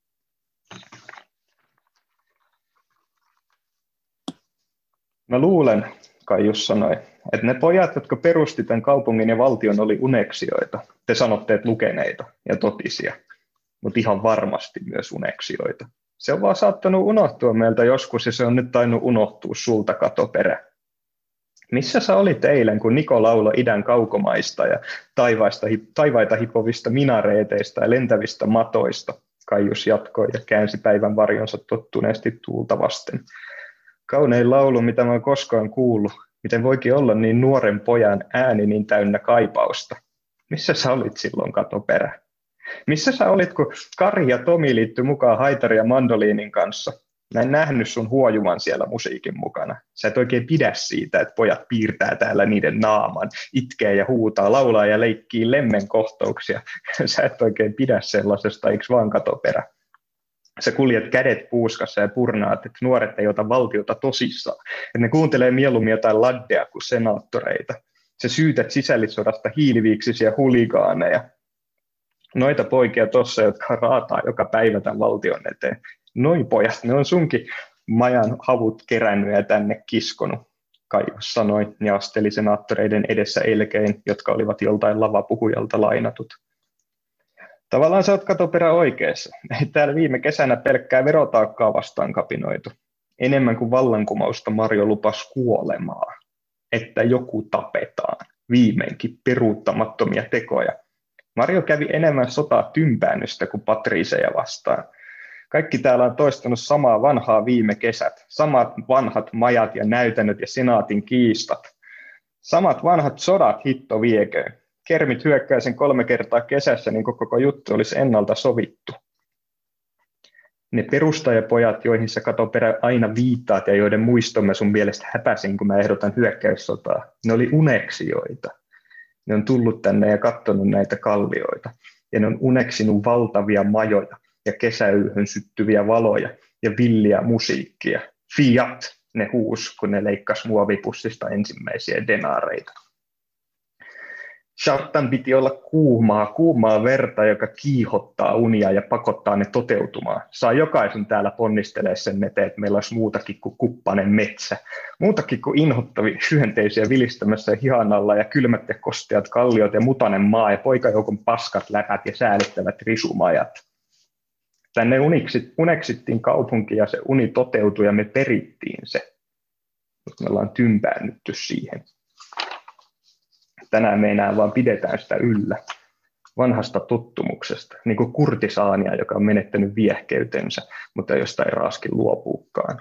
Mä luulen, Kaius sanoi, että ne pojat, jotka perusti tämän kaupungin ja valtion, oli uneksioita. Te sanotte, että lukeneita ja totisia, mutta ihan varmasti myös uneksioita. Se on vaan saattanut unohtua meiltä joskus, ja se on nyt tainnut unohtua sulta, Katoperä. Missä sä olit eilen, kun Niko lauloi idän kaukomaista ja taivaista, taivaita hipovista minareeteista ja lentävistä matoista? Kaius jatkoi ja käänsi päivän varjonsa tottuneesti tuulta vasten. Kaunein laulu, mitä mä oon koskaan kuullut. Miten voikin olla niin nuoren pojan ääni niin täynnä kaipausta? Missä sä olit silloin, Katoperä? Missä sä olit, kun Kari ja Tomi liittyi mukaan haitari ja mandoliinin kanssa? Mä en nähnyt sun huojuvan siellä musiikin mukana. Sä et oikein pidä siitä, että pojat piirtää täällä niiden naaman, itkee ja huutaa, laulaa ja leikkii lemmenkohtauksia. Sä et oikein pidä sellaisesta, eikö vaan, Katoperä? Sä kuljet kädet puuskassa ja purnaat, että nuoret ei ota valtiota tosissaan. Että ne kuuntelee mieluummin jotain laddea kuin senaattoreita. Sä syytät sisällissodasta hiiliviiksisiä huligaaneja. Noita poikia tossa, jotka raataa joka päivä tämän valtion eteen. Noi pojat, ne on sunkin majan havut kerännyt ja tänne kiskonut, Kaius sanoi ja asteli senaattoreiden edessä elkein, jotka olivat joltain lavapuhujalta lainatut. Tavallaan sä oot, Katoperä, oikeassa. Ei täällä viime kesänä pelkkää verotaakkaa vastaan kapinoitu. Enemmän kuin vallankumousta Mario lupasi kuolemaa, että joku tapetaan. viimeinkin peruuttamattomia tekoja. Mario kävi enemmän sotaa tympäännystä kuin patriiseja vastaan. Kaikki täällä on toistanut samaa vanhaa viime kesät, samat vanhat majat ja näytännöt ja senaatin kiistat. Samat vanhat sodat hitto vieköön. Kermit hyökkää sen kolme kertaa kesässä, niin koko juttu olisi ennalta sovittu. Ne perustajapojat, joihin sä kato perä aina viittaat ja joiden muistomme sun mielestä häpäsin, kun mä ehdotan hyökkäyssotaa, ne oli uneksijoita. Ne on tullut tänne ja katsonut näitä kallioita. Ja ne on uneksinut valtavia majoja ja kesäyöhön syttyviä valoja ja villiä musiikkia. Fiat, ne huus, kun ne leikkasi muovipussista ensimmäisiä denaareita. Shattan piti olla kuumaa, kuumaa verta, joka kiihottaa unia ja pakottaa ne toteutumaan. Saa jokaisen täällä ponnistelee sen eteen, että meillä olisi muutakin kuin kuppanen metsä. Muutakin kuin inhottavia hyönteisiä vilistämässä hihanalla ja kylmät ja kosteat kalliot ja mutanen maa ja poikajoukon paskat läpät ja säälittävät risumajat. Tänne uniksit, uneksittiin kaupunki ja se uni toteutui ja me perittiin se. Mutta me ollaan tympäännytty siihen. Tänään me enää vaan pidetään sitä yllä vanhasta tottumuksesta, niin kuin kurtisaania, joka on menettänyt viehkeytensä, mutta josta ei raaskin luopuukaan.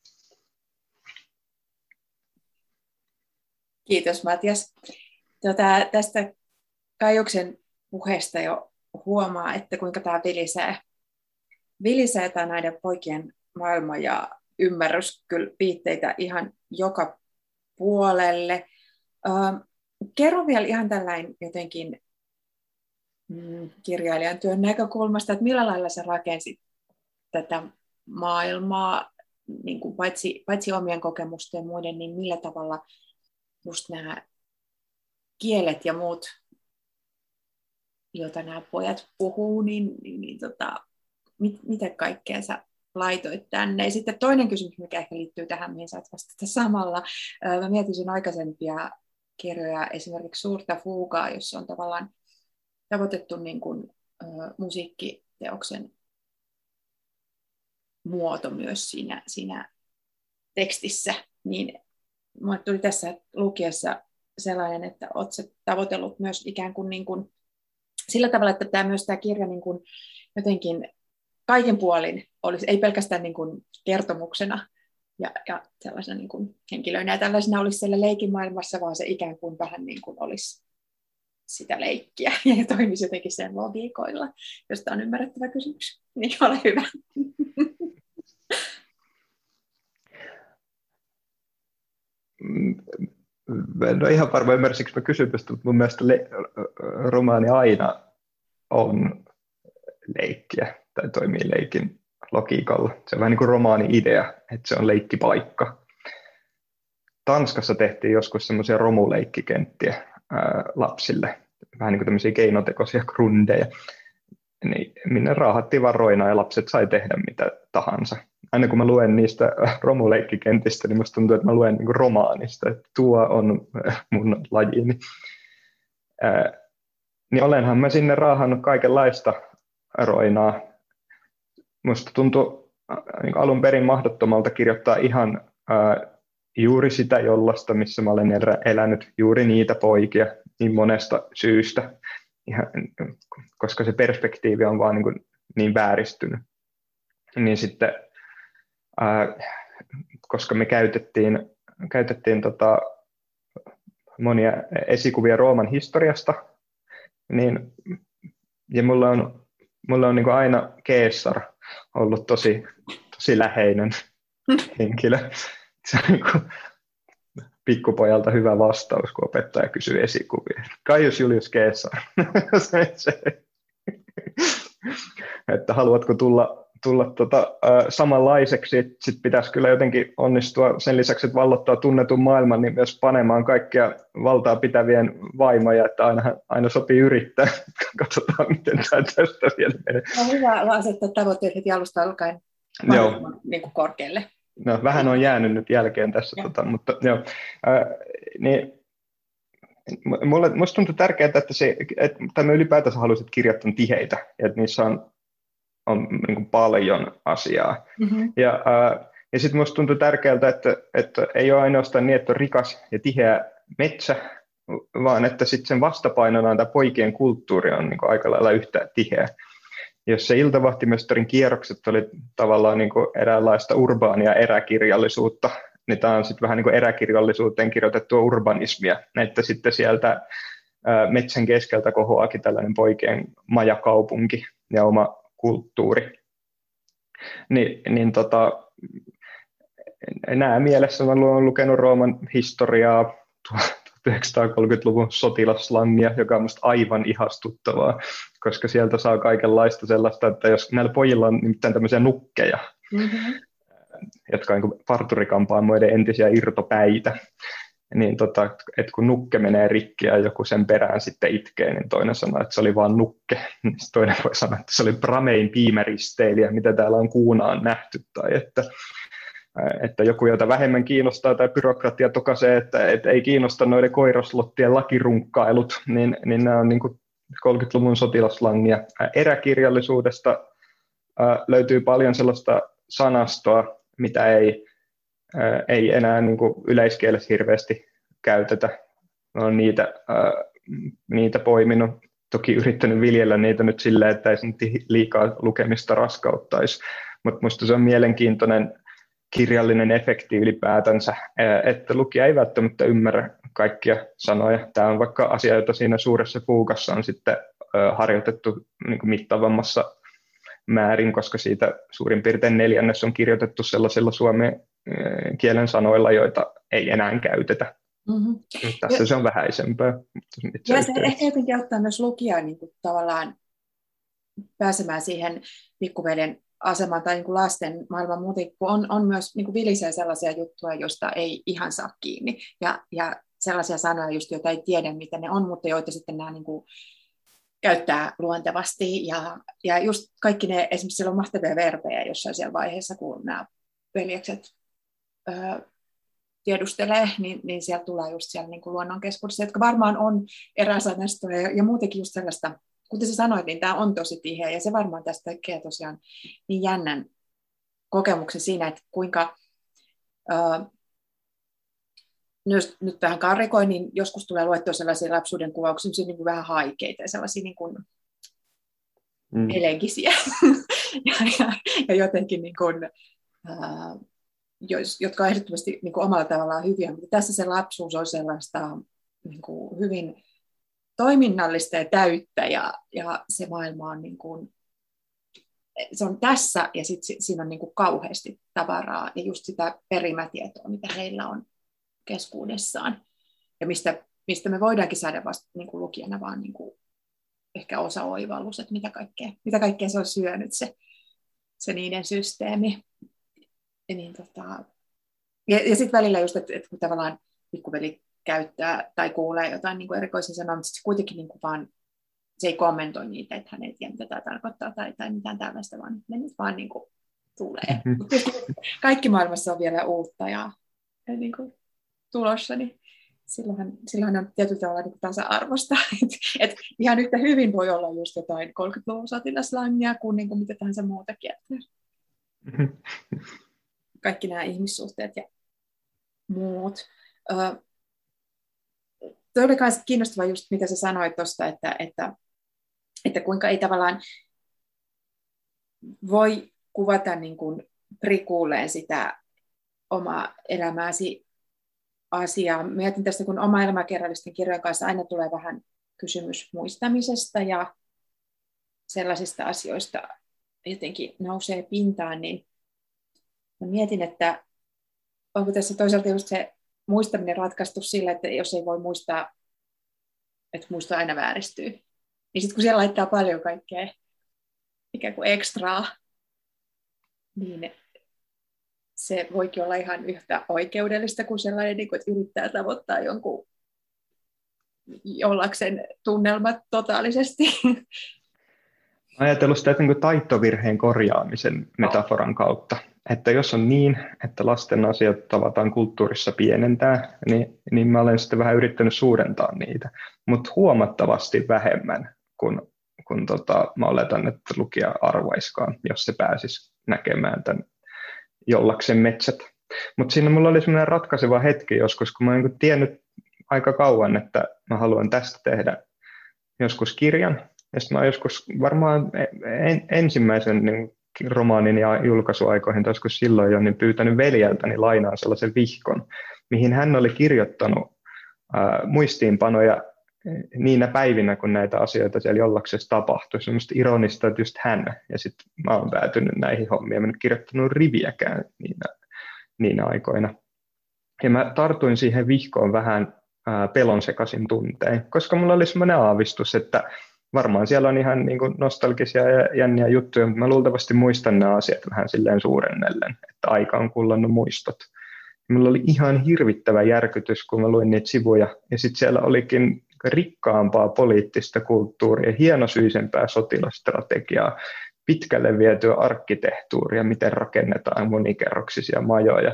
Kiitos Matias. Tuota, tästä Kaijuksen puheesta jo huomaa, että kuinka tämä vilisee, vilisee tämä näiden poikien maailma ja ymmärrys kyllä viitteitä ihan joka puolelle. Kerro vielä ihan tällainen jotenkin mm, kirjailijan työn näkökulmasta, että millä lailla sä rakensit tätä maailmaa, niin kuin paitsi, paitsi omien kokemusten ja muiden, niin millä tavalla just nämä kielet ja muut, joita nämä pojat puhuu, niin, niin, niin tota, mit, mitä kaikkea sä laitoit tänne. Ja sitten toinen kysymys, mikä ehkä liittyy tähän, mihin saat vastata samalla. Mä mietin sun aikaisempia kirjoja, esimerkiksi Suurta fuugaa, jossa on tavallaan tavoitettu niin kuin, ä, musiikkiteoksen muoto myös siinä, siinä tekstissä, niin minulle tuli tässä lukiessa sellainen, että olet tavoitellut myös ikään kuin, niin kuin sillä tavalla, että tämä myös tämä kirja niin kuin jotenkin kaiken puolin olisi, ei pelkästään niin kuin kertomuksena ja, ja sellaisena niin kuin henkilöinä ja tällaisena olisi siellä leikin maailmassa, vaan se ikään kuin vähän niin kuin olisi sitä leikkiä ja toimisi jotenkin sen logiikoilla, josta on ymmärrettävä kysymys. Niin ole hyvä. En ole ihan varma, ymmärsikö mä kysymystä, mutta mun mielestä le- romaani aina on leikkiä tai toimii leikin logiikalla. Se on vähän niin kuin romaani-idea, että se on leikkipaikka. Tanskassa tehtiin joskus semmoisia romuleikkikenttiä ää, lapsille, vähän niin kuin tämmöisiä keinotekoisia grundeja, niin minne raahattiin vaan roinaa ja lapset sai tehdä mitä tahansa. Aina kun mä luen niistä romuleikkikentistä, niin musta tuntuu, että mä luen niin kuin romaanista, että tuo on mun lajini. Ää, niin olenhan mä sinne raahannut kaikenlaista roinaa. Musta tuntuu niin alun perin mahdottomalta kirjoittaa ihan ää, juuri sitä jollasta, missä mä olen elänyt, juuri niitä poikia niin monesta syystä, ihan, koska se perspektiivi on vaan niin, kuin niin vääristynyt. Niin sitten, ää, koska me käytettiin, käytettiin tota monia esikuvia Rooman historiasta, niin, ja mulla on, mulla on niin kuin aina Caesar ollut tosi, tosi läheinen henkilö. Se on niin kuin pikkupojalta hyvä vastaus, kun opettaja kysyy esikuvia. Gaius Julius Caesar. se, se. Että haluatko tulla, tulla tota, äh, samanlaiseksi, sitten pitäisi kyllä jotenkin onnistua sen lisäksi, että vallottaa tunnetun maailman, niin myös panemaan kaikkia valtaa pitävien vaimoja, että aina, aina sopii yrittää. Katsotaan, miten tämä tästä vielä menee. On hyvä asettaa tavoitteet heti alusta alkaen niin kuin korkealle. No, vähän on jäänyt nyt jälkeen tässä, tota, mutta joo. Äh, niin, mulle, musta tuntuu tärkeää, että, se, että mä ylipäätänsä haluaisin kirjoittaa tiheitä, että niissä on, on niin kuin paljon asiaa. Mm-hmm. Ja, äh, ja sitten musta tuntuu tärkeältä, että, että ei ole ainoastaan niin, että on rikas ja tiheä metsä, vaan että sitten sen vastapainona tämä poikien kulttuuri on niin kuin aika lailla yhtä tiheä. Jos se iltavahtimestarin kierrokset oli tavallaan niin kuin eräänlaista urbaania eräkirjallisuutta, niin tämä on sitten vähän niin kuin eräkirjallisuuteen kirjoitettua urbanismia, että sitten sieltä metsän keskeltä kohoaakin tällainen poikien majakaupunki ja oma kulttuuri. Ni, niin tota, nämä mielessä mä olen lukenut Rooman historiaa, tuhatyhdeksänsataakolmekymmentäluvun sotilaslangia, joka on minusta aivan ihastuttavaa, koska sieltä saa kaikenlaista sellaista, että jos näillä pojilla on nimittäin tämmöisiä nukkeja, mm-hmm. jotka on niin parturikampaamoiden entisiä irtopäitä, niin tota, että kun nukke menee rikki ja joku sen perään sitten itkee, niin toinen sanoo, että se oli vaan nukke. Toinen voi sanoa, että se oli Bramein piimäristeilijä, mitä täällä on kuunaan nähty, tai että että joku, jota vähemmän kiinnostaa tai byrokratia tokaisee, että, että ei kiinnosta noiden koiraslottien lakirunkkailut, niin, niin nämä on niin kuin kolmekymmentäluvun sotilaslangia. Eräkirjallisuudesta ää, löytyy paljon sellaista sanastoa, mitä ei, ää, ei enää niin kuin yleiskielessä hirveästi käytetä. Olen niitä, ää, niitä poiminut, toki yrittänyt viljellä niitä nyt silleen, että ei se liikaa lukemista raskauttaisi, mutta minusta se on mielenkiintoinen kirjallinen efekti ylipäätänsä, että lukija ei välttämättä ymmärrä kaikkia sanoja. Tämä on vaikka asia, jota siinä suuressa fuugassa on sitten harjoitettu niin kuin mittavammassa määrin, koska siitä suurin piirtein neljännes on kirjoitettu sellaisilla suomen kielen sanoilla, joita ei enää käytetä. Mm-hmm. Tässä ja, se on vähäisempää. Ja se ehkä jotenkin auttaa myös lukijaa niin kuin tavallaan pääsemään siihen pikkuveljen asemaan tai niin kuin lasten maailman muuten, kun on, on myös niin kuin vilisee sellaisia juttuja, joista ei ihan saa kiinni. Ja, ja sellaisia sanoja, just, joita ei tiedä, mitä ne on, mutta joita sitten nämä niin kuin käyttää luontevasti. Ja, ja just kaikki ne, esimerkiksi siellä on mahtavia verbejä jossain siellä vaiheessa, kun nämä veljekset ö, tiedustelee, niin, niin sieltä tulee just siellä niin kuin luonnonkeskuudessa, jotka varmaan on eräsanastoja ja, ja muutenkin just sellaista. Kuten sä sanoit, niin tämä on tosi tiheä, ja se varmaan tästä tekee tosiaan niin jännän kokemuksen siinä, että kuinka, äh, nyt, nyt tähän karrikoin, niin joskus tulee luettua sellaisia lapsuuden kuvauksia, niin kuin vähän haikeita ja sellaisia niin kuin mm. elegisiä, ja, ja, ja jotenkin, niin kuin, äh, jos, jotka on ehdottomasti niin kuin omalla tavallaan hyviä, mutta tässä se lapsuus on sellaista niin kuin hyvin toiminnallista ja täyttä, ja, ja se maailma on, niin kuin, se on tässä, ja sitten siinä on niin kuin kauheasti tavaraa, ja just sitä perimätietoa, mitä heillä on keskuudessaan, ja mistä, mistä me voidaankin saada vasta niin kuin lukijana vaan niin kuin ehkä osa oivallus, että mitä kaikkea, mitä kaikkea se on syönyt, se, se niiden systeemi. Ja, niin, tota, ja, ja sitten välillä just, että, että kun tavallaan pikkuveli käyttää tai kuulee jotain niin kuin erikoisia sanoja, mutta se kuitenkin niin kuin vaan, se ei kommentoi niitä, että hän ei tiedä, mitä tämä tarkoittaa tai, tai mitään tällaista, vaan ne nyt vaan niin kuin tulee. Mm-hmm. Mutta kaikki maailmassa on vielä uutta ja, ja niin kuin tulossa, niin silloinhan, silloinhan on tietyllä tavalla niin kuin tasa-arvosta. Et, et ihan yhtä hyvin voi olla just jotain kolmekymmentäluvun sotilaslangia kuin, niin kuin mitä tahansa muutakin. Mm-hmm. Kaikki nämä ihmissuhteet ja muut. Ö, Tuo oli myös kiinnostavaa just, mitä sä sanoit tuosta, että, että, että kuinka ei tavallaan voi kuvata niin kuin prikuulleen sitä omaa elämääsi asiaa. Mietin tästä, kun oma elämäkerrallisten kirjojen kanssa aina tulee vähän kysymys muistamisesta ja sellaisista asioista jotenkin nousee pintaan, niin mä mietin, että onko tässä toisaalta just se muistaminen ratkaistu sillä, että jos ei voi muistaa, että muisto aina vääristyy. Niin sitten kun siellä laittaa paljon kaikkea ikään kuin ekstraa, niin se voikin olla ihan yhtä oikeudellista kuin sellainen, että yrittää tavoittaa jonkun jollakseen tunnelmat totaalisesti. Ajatellut sitä niin taittovirheen korjaamisen metaforan kautta. Että jos on niin, että lasten asiat tavataan kulttuurissa pienentää, niin, niin mä olen sitten vähän yrittänyt suurentaa niitä, mutta huomattavasti vähemmän kuin, kun tota, mä oletan, että lukija arvaiskaan, jos se pääsisi näkemään tämän Jollaksen metsät. Mutta siinä mulla oli sellainen ratkaiseva hetki joskus, kun mä en tiennyt aika kauan, että mä haluan tästä tehdä joskus kirjan. Ja sitten mä joskus varmaan en, ensimmäisen niin romaanin ja julkaisuaikoihin, tai joskus silloin jo, niin pyytänyt veljeltäni lainaan sellaisen vihkon, mihin hän oli kirjoittanut ää, muistiinpanoja niinä päivinä, kun näitä asioita siellä Jollaksessa tapahtui. Semmoista ironista, että just hän, ja sitten mä oon päätynyt näihin hommiin, mä en kirjoittanut riviäkään niinä, niinä aikoina. Ja mä tartuin siihen vihkoon vähän ää, pelonsekaisin tuntein, koska mulla oli semmoinen aavistus, että varmaan siellä on ihan niin kuin nostalgisia ja jänniä juttuja, mutta mä luultavasti muistan nämä asiat vähän silleen suurennellen, että aika on kullannut muistot. Mulla oli ihan hirvittävä järkytys, kun mä luin niitä sivuja, ja sitten siellä olikin rikkaampaa poliittista kulttuuria, hienosyisempää sotilasstrategiaa, pitkälle vietyä arkkitehtuuria, miten rakennetaan monikerroksisia majoja,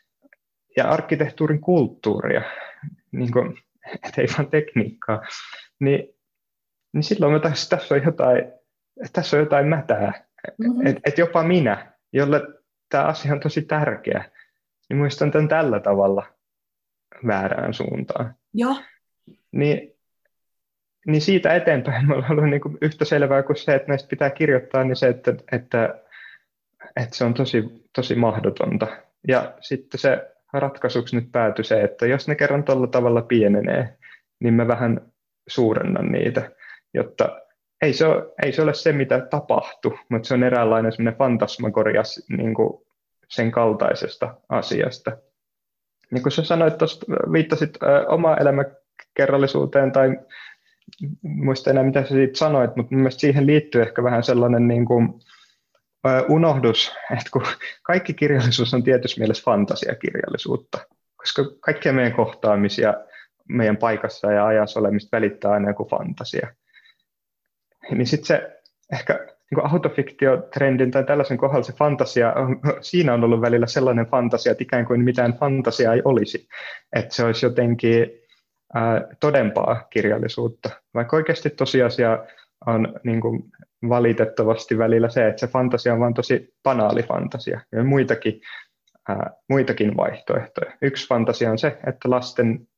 ja arkkitehtuurin kulttuuria, niin kuin, et ei vaan tekniikkaa, niin, niin silloin mä taas, tässä on jotain, tässä on jotain mätää, mm-hmm. että et jopa minä, jolle tämä asia on tosi tärkeä, niin muistan tämän tällä tavalla väärään suuntaan. Joo. Niin, niin siitä eteenpäin mulla on ollut niin kuin yhtä selvää kuin se, että näistä pitää kirjoittaa, niin se, että, että, että se on tosi, tosi mahdotonta. Ja sitten se ratkaisuksi nyt päätyi se, että jos ne kerran tuolla tavalla pienenee, niin mä vähän suurennan niitä, jotta ei se ole, ei se, ole se, mitä tapahtui, mutta se on eräänlainen semmoinen fantasmagoria niin kuin sen kaltaisesta asiasta. Niin kuin sä sanoit tuosta, viittasit ä, omaan elämäkerrallisuuteen, tai muista enää mitä sä siitä sanoit, mutta mielestäni siihen liittyy ehkä vähän sellainen niin kuin, ä, unohdus, että kun kaikki kirjallisuus on tietyssä mielessä fantasiakirjallisuutta, koska kaikkia meidän kohtaamisia meidän paikassa ja ajassa olemista välittää aina joku fantasia. Niin sitten se ehkä niin autofiktiotrendin tai tällaisen kohdalla se fantasia, siinä on ollut välillä sellainen fantasia, että ikään kuin mitään fantasiaa ei olisi. Että se olisi jotenkin ää, todempaa kirjallisuutta. Vaikka oikeasti tosiasia on niin kuin valitettavasti välillä se, että se fantasia on vain tosi banaali fantasia. Ja on muitakin, ää, muitakin vaihtoehtoja. Yksi fantasia on se, että lasten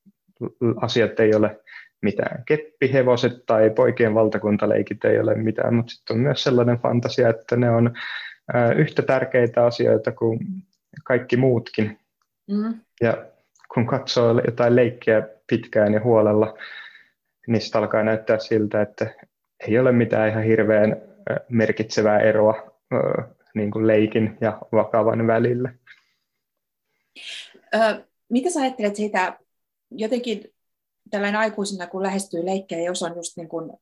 asiat ei ole mitään. Keppihevoset tai poikien valtakuntaleikit ei ole mitään, mutta sitten on myös sellainen fantasia, että ne on ä, yhtä tärkeitä asioita kuin kaikki muutkin. Mm. Ja kun katsoo jotain leikkiä pitkään ja huolella, niin sitten alkaa näyttää siltä, että ei ole mitään ihan hirveän merkitsevää eroa ä, niin kuin leikin ja vakavan välillä. Ö, mitä sä ajattelet siitä jotenkin tällainen aikuisena, kun lähestyy leikkejä, jos on just niin kuin,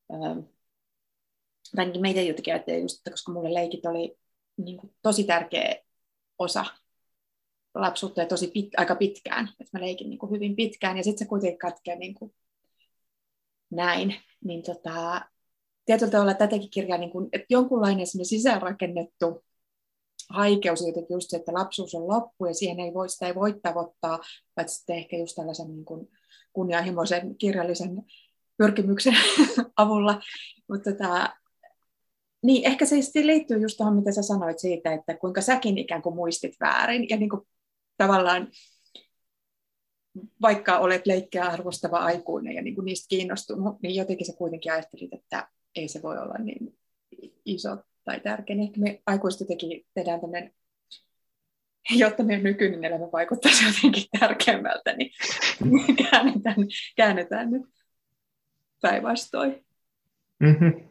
tai ainakin meitä jotenkin ajattelee just, että koska mulle leikit oli niin kuin tosi tärkeä osa lapsuutta ja tosi pit, aika pitkään, että mä leikin niin kuin hyvin pitkään, ja sitten se kuitenkin katkee niin kuin näin, niin tota, tietyllä tavalla tätäkin kirjaa, niin kuin, että jonkunlainen sisäänrakennettu haikeus jotenkin just se, että lapsuus on loppu, ja siihen ei voi, sitä ei voi tavoittaa, paitsi sitten ehkä just tällaisen niin kuin kunnianhimoisen kirjallisen pyrkimyksen avulla. Mutta tota, niin, ehkä se liittyy just tuohon, mitä sä sanoit siitä, että kuinka säkin ikään kuin muistit väärin. Ja niin kuin tavallaan, vaikka olet leikkiä arvostava aikuinen ja niin kuin niistä kiinnostunut, niin jotenkin sä kuitenkin ajattelit, että ei se voi olla niin iso tai tärkeä. Ehkä me aikuiset jotenkin tehdään tämmöinen, jotta meidän nykyinen elämä vaikuttaisi jotenkin tärkeämmältä, niin käännetään, käännetään nyt päinvastoin. Mm-hmm.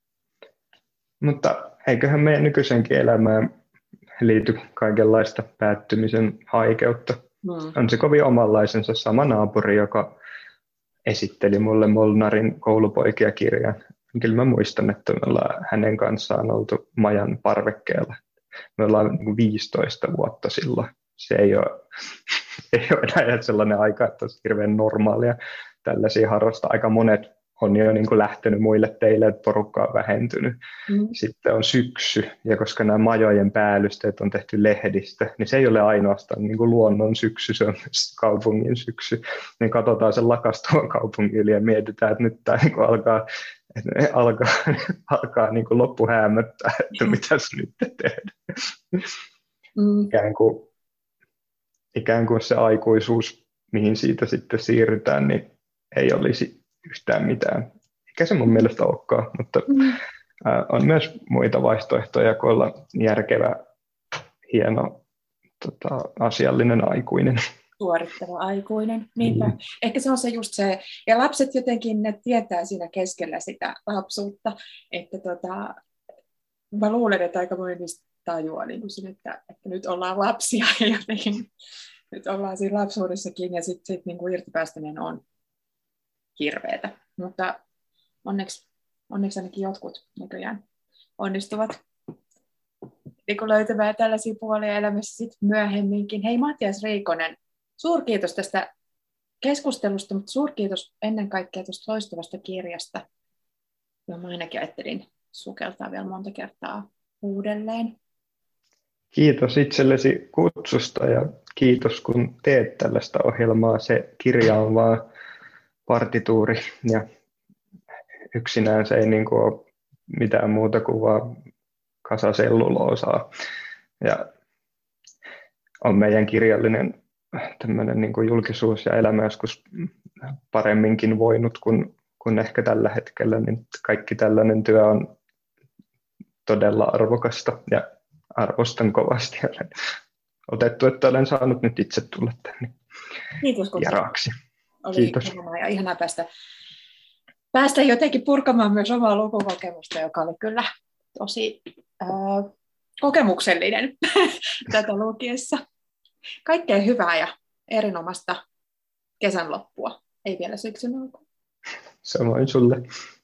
Mutta eiköhän meidän nykyisenkin elämään liity kaikenlaista päättymisen haikeutta. Mm. On se kovin omanlaisensa sama naapuri, joka esitteli mulle Molnarin koulupoikia kirjan. Kyllä mä muistan, että me ollaan hänen kanssaan oltu majan parvekkeella. Me ollaan viisitoista vuotta silloin. Se ei ole, ei ole enää sellainen aika, että olisi hirveän normaalia tällaisia harrastaa. Aika monet on jo niin kuin lähtenyt muille teille, että porukka on vähentynyt. Mm. Sitten on syksy, ja koska nämä majojen päällysteet on tehty lehdistä, niin se ei ole ainoastaan niin kuin luonnon syksy, se on myös kaupungin syksy. Niin katsotaan sen lakastuvan kaupungin yli ja mietitään, että nyt tämä niin kuin alkaa, että alkaa, alkaa niin kuin loppu häämöttää, että mitäs nyt tehdään. Mm. Ikään kuin, ikään kuin se aikuisuus mihin siitä sitten siirrytään, niin ei olisi yhtään mitään. Eikä se mun mielestä olekaan, mutta Mm. on myös muita vaihtoehtoja kuin olla järkevä, hieno, tota, asiallinen aikuinen. Suorittava aikuinen. Niinpä. Niin. Ehkä se on se just se, ja lapset jotenkin ne tietää siinä keskellä sitä lapsuutta, että tota, mä luulen, että aika moni niistä tajuaa niin kuin, että, että nyt ollaan lapsia ja jotenkin nyt ollaan siinä lapsuudessakin ja sitten sit, niin kuin irtipäästäminen on hirveetä. Mutta onneksi, onneksi ainakin jotkut näköjään onnistuvat niin kuin löytämään tällaisia puolia elämässä sit myöhemminkin. Hei Matias Riikonen, suurkiitos tästä keskustelusta, mutta suurkiitos ennen kaikkea tuosta loistavasta kirjasta, johon mä ainakin ajattelin sukeltaa vielä monta kertaa uudelleen. Kiitos itsellesi kutsusta ja kiitos kun teet tällaista ohjelmaa. Se kirja on vaan partituuri ja yksinään se ei niin kuin ole mitään muuta kuin vaan kasa selluloosaa. Ja on meidän kirjallinen tämmöinen niin kuin julkisuus ja elämä joskus paremminkin voinut kuin, kuin ehkä tällä hetkellä, niin kaikki tällainen työ on todella arvokasta ja arvostan kovasti. Olen otettu, että olen saanut nyt itse tulla tänne Kiitos, kun vieraaksi. oli Kiitos. ihanaa ja ihanaa päästä, päästä jotenkin purkamaan myös omaa lukukokemusta, joka oli kyllä tosi äh, kokemuksellinen tätä lukiessa. Kaikkea hyvää ja erinomaista kesän loppua, ei vielä syksyn alkua. Samoin sulle.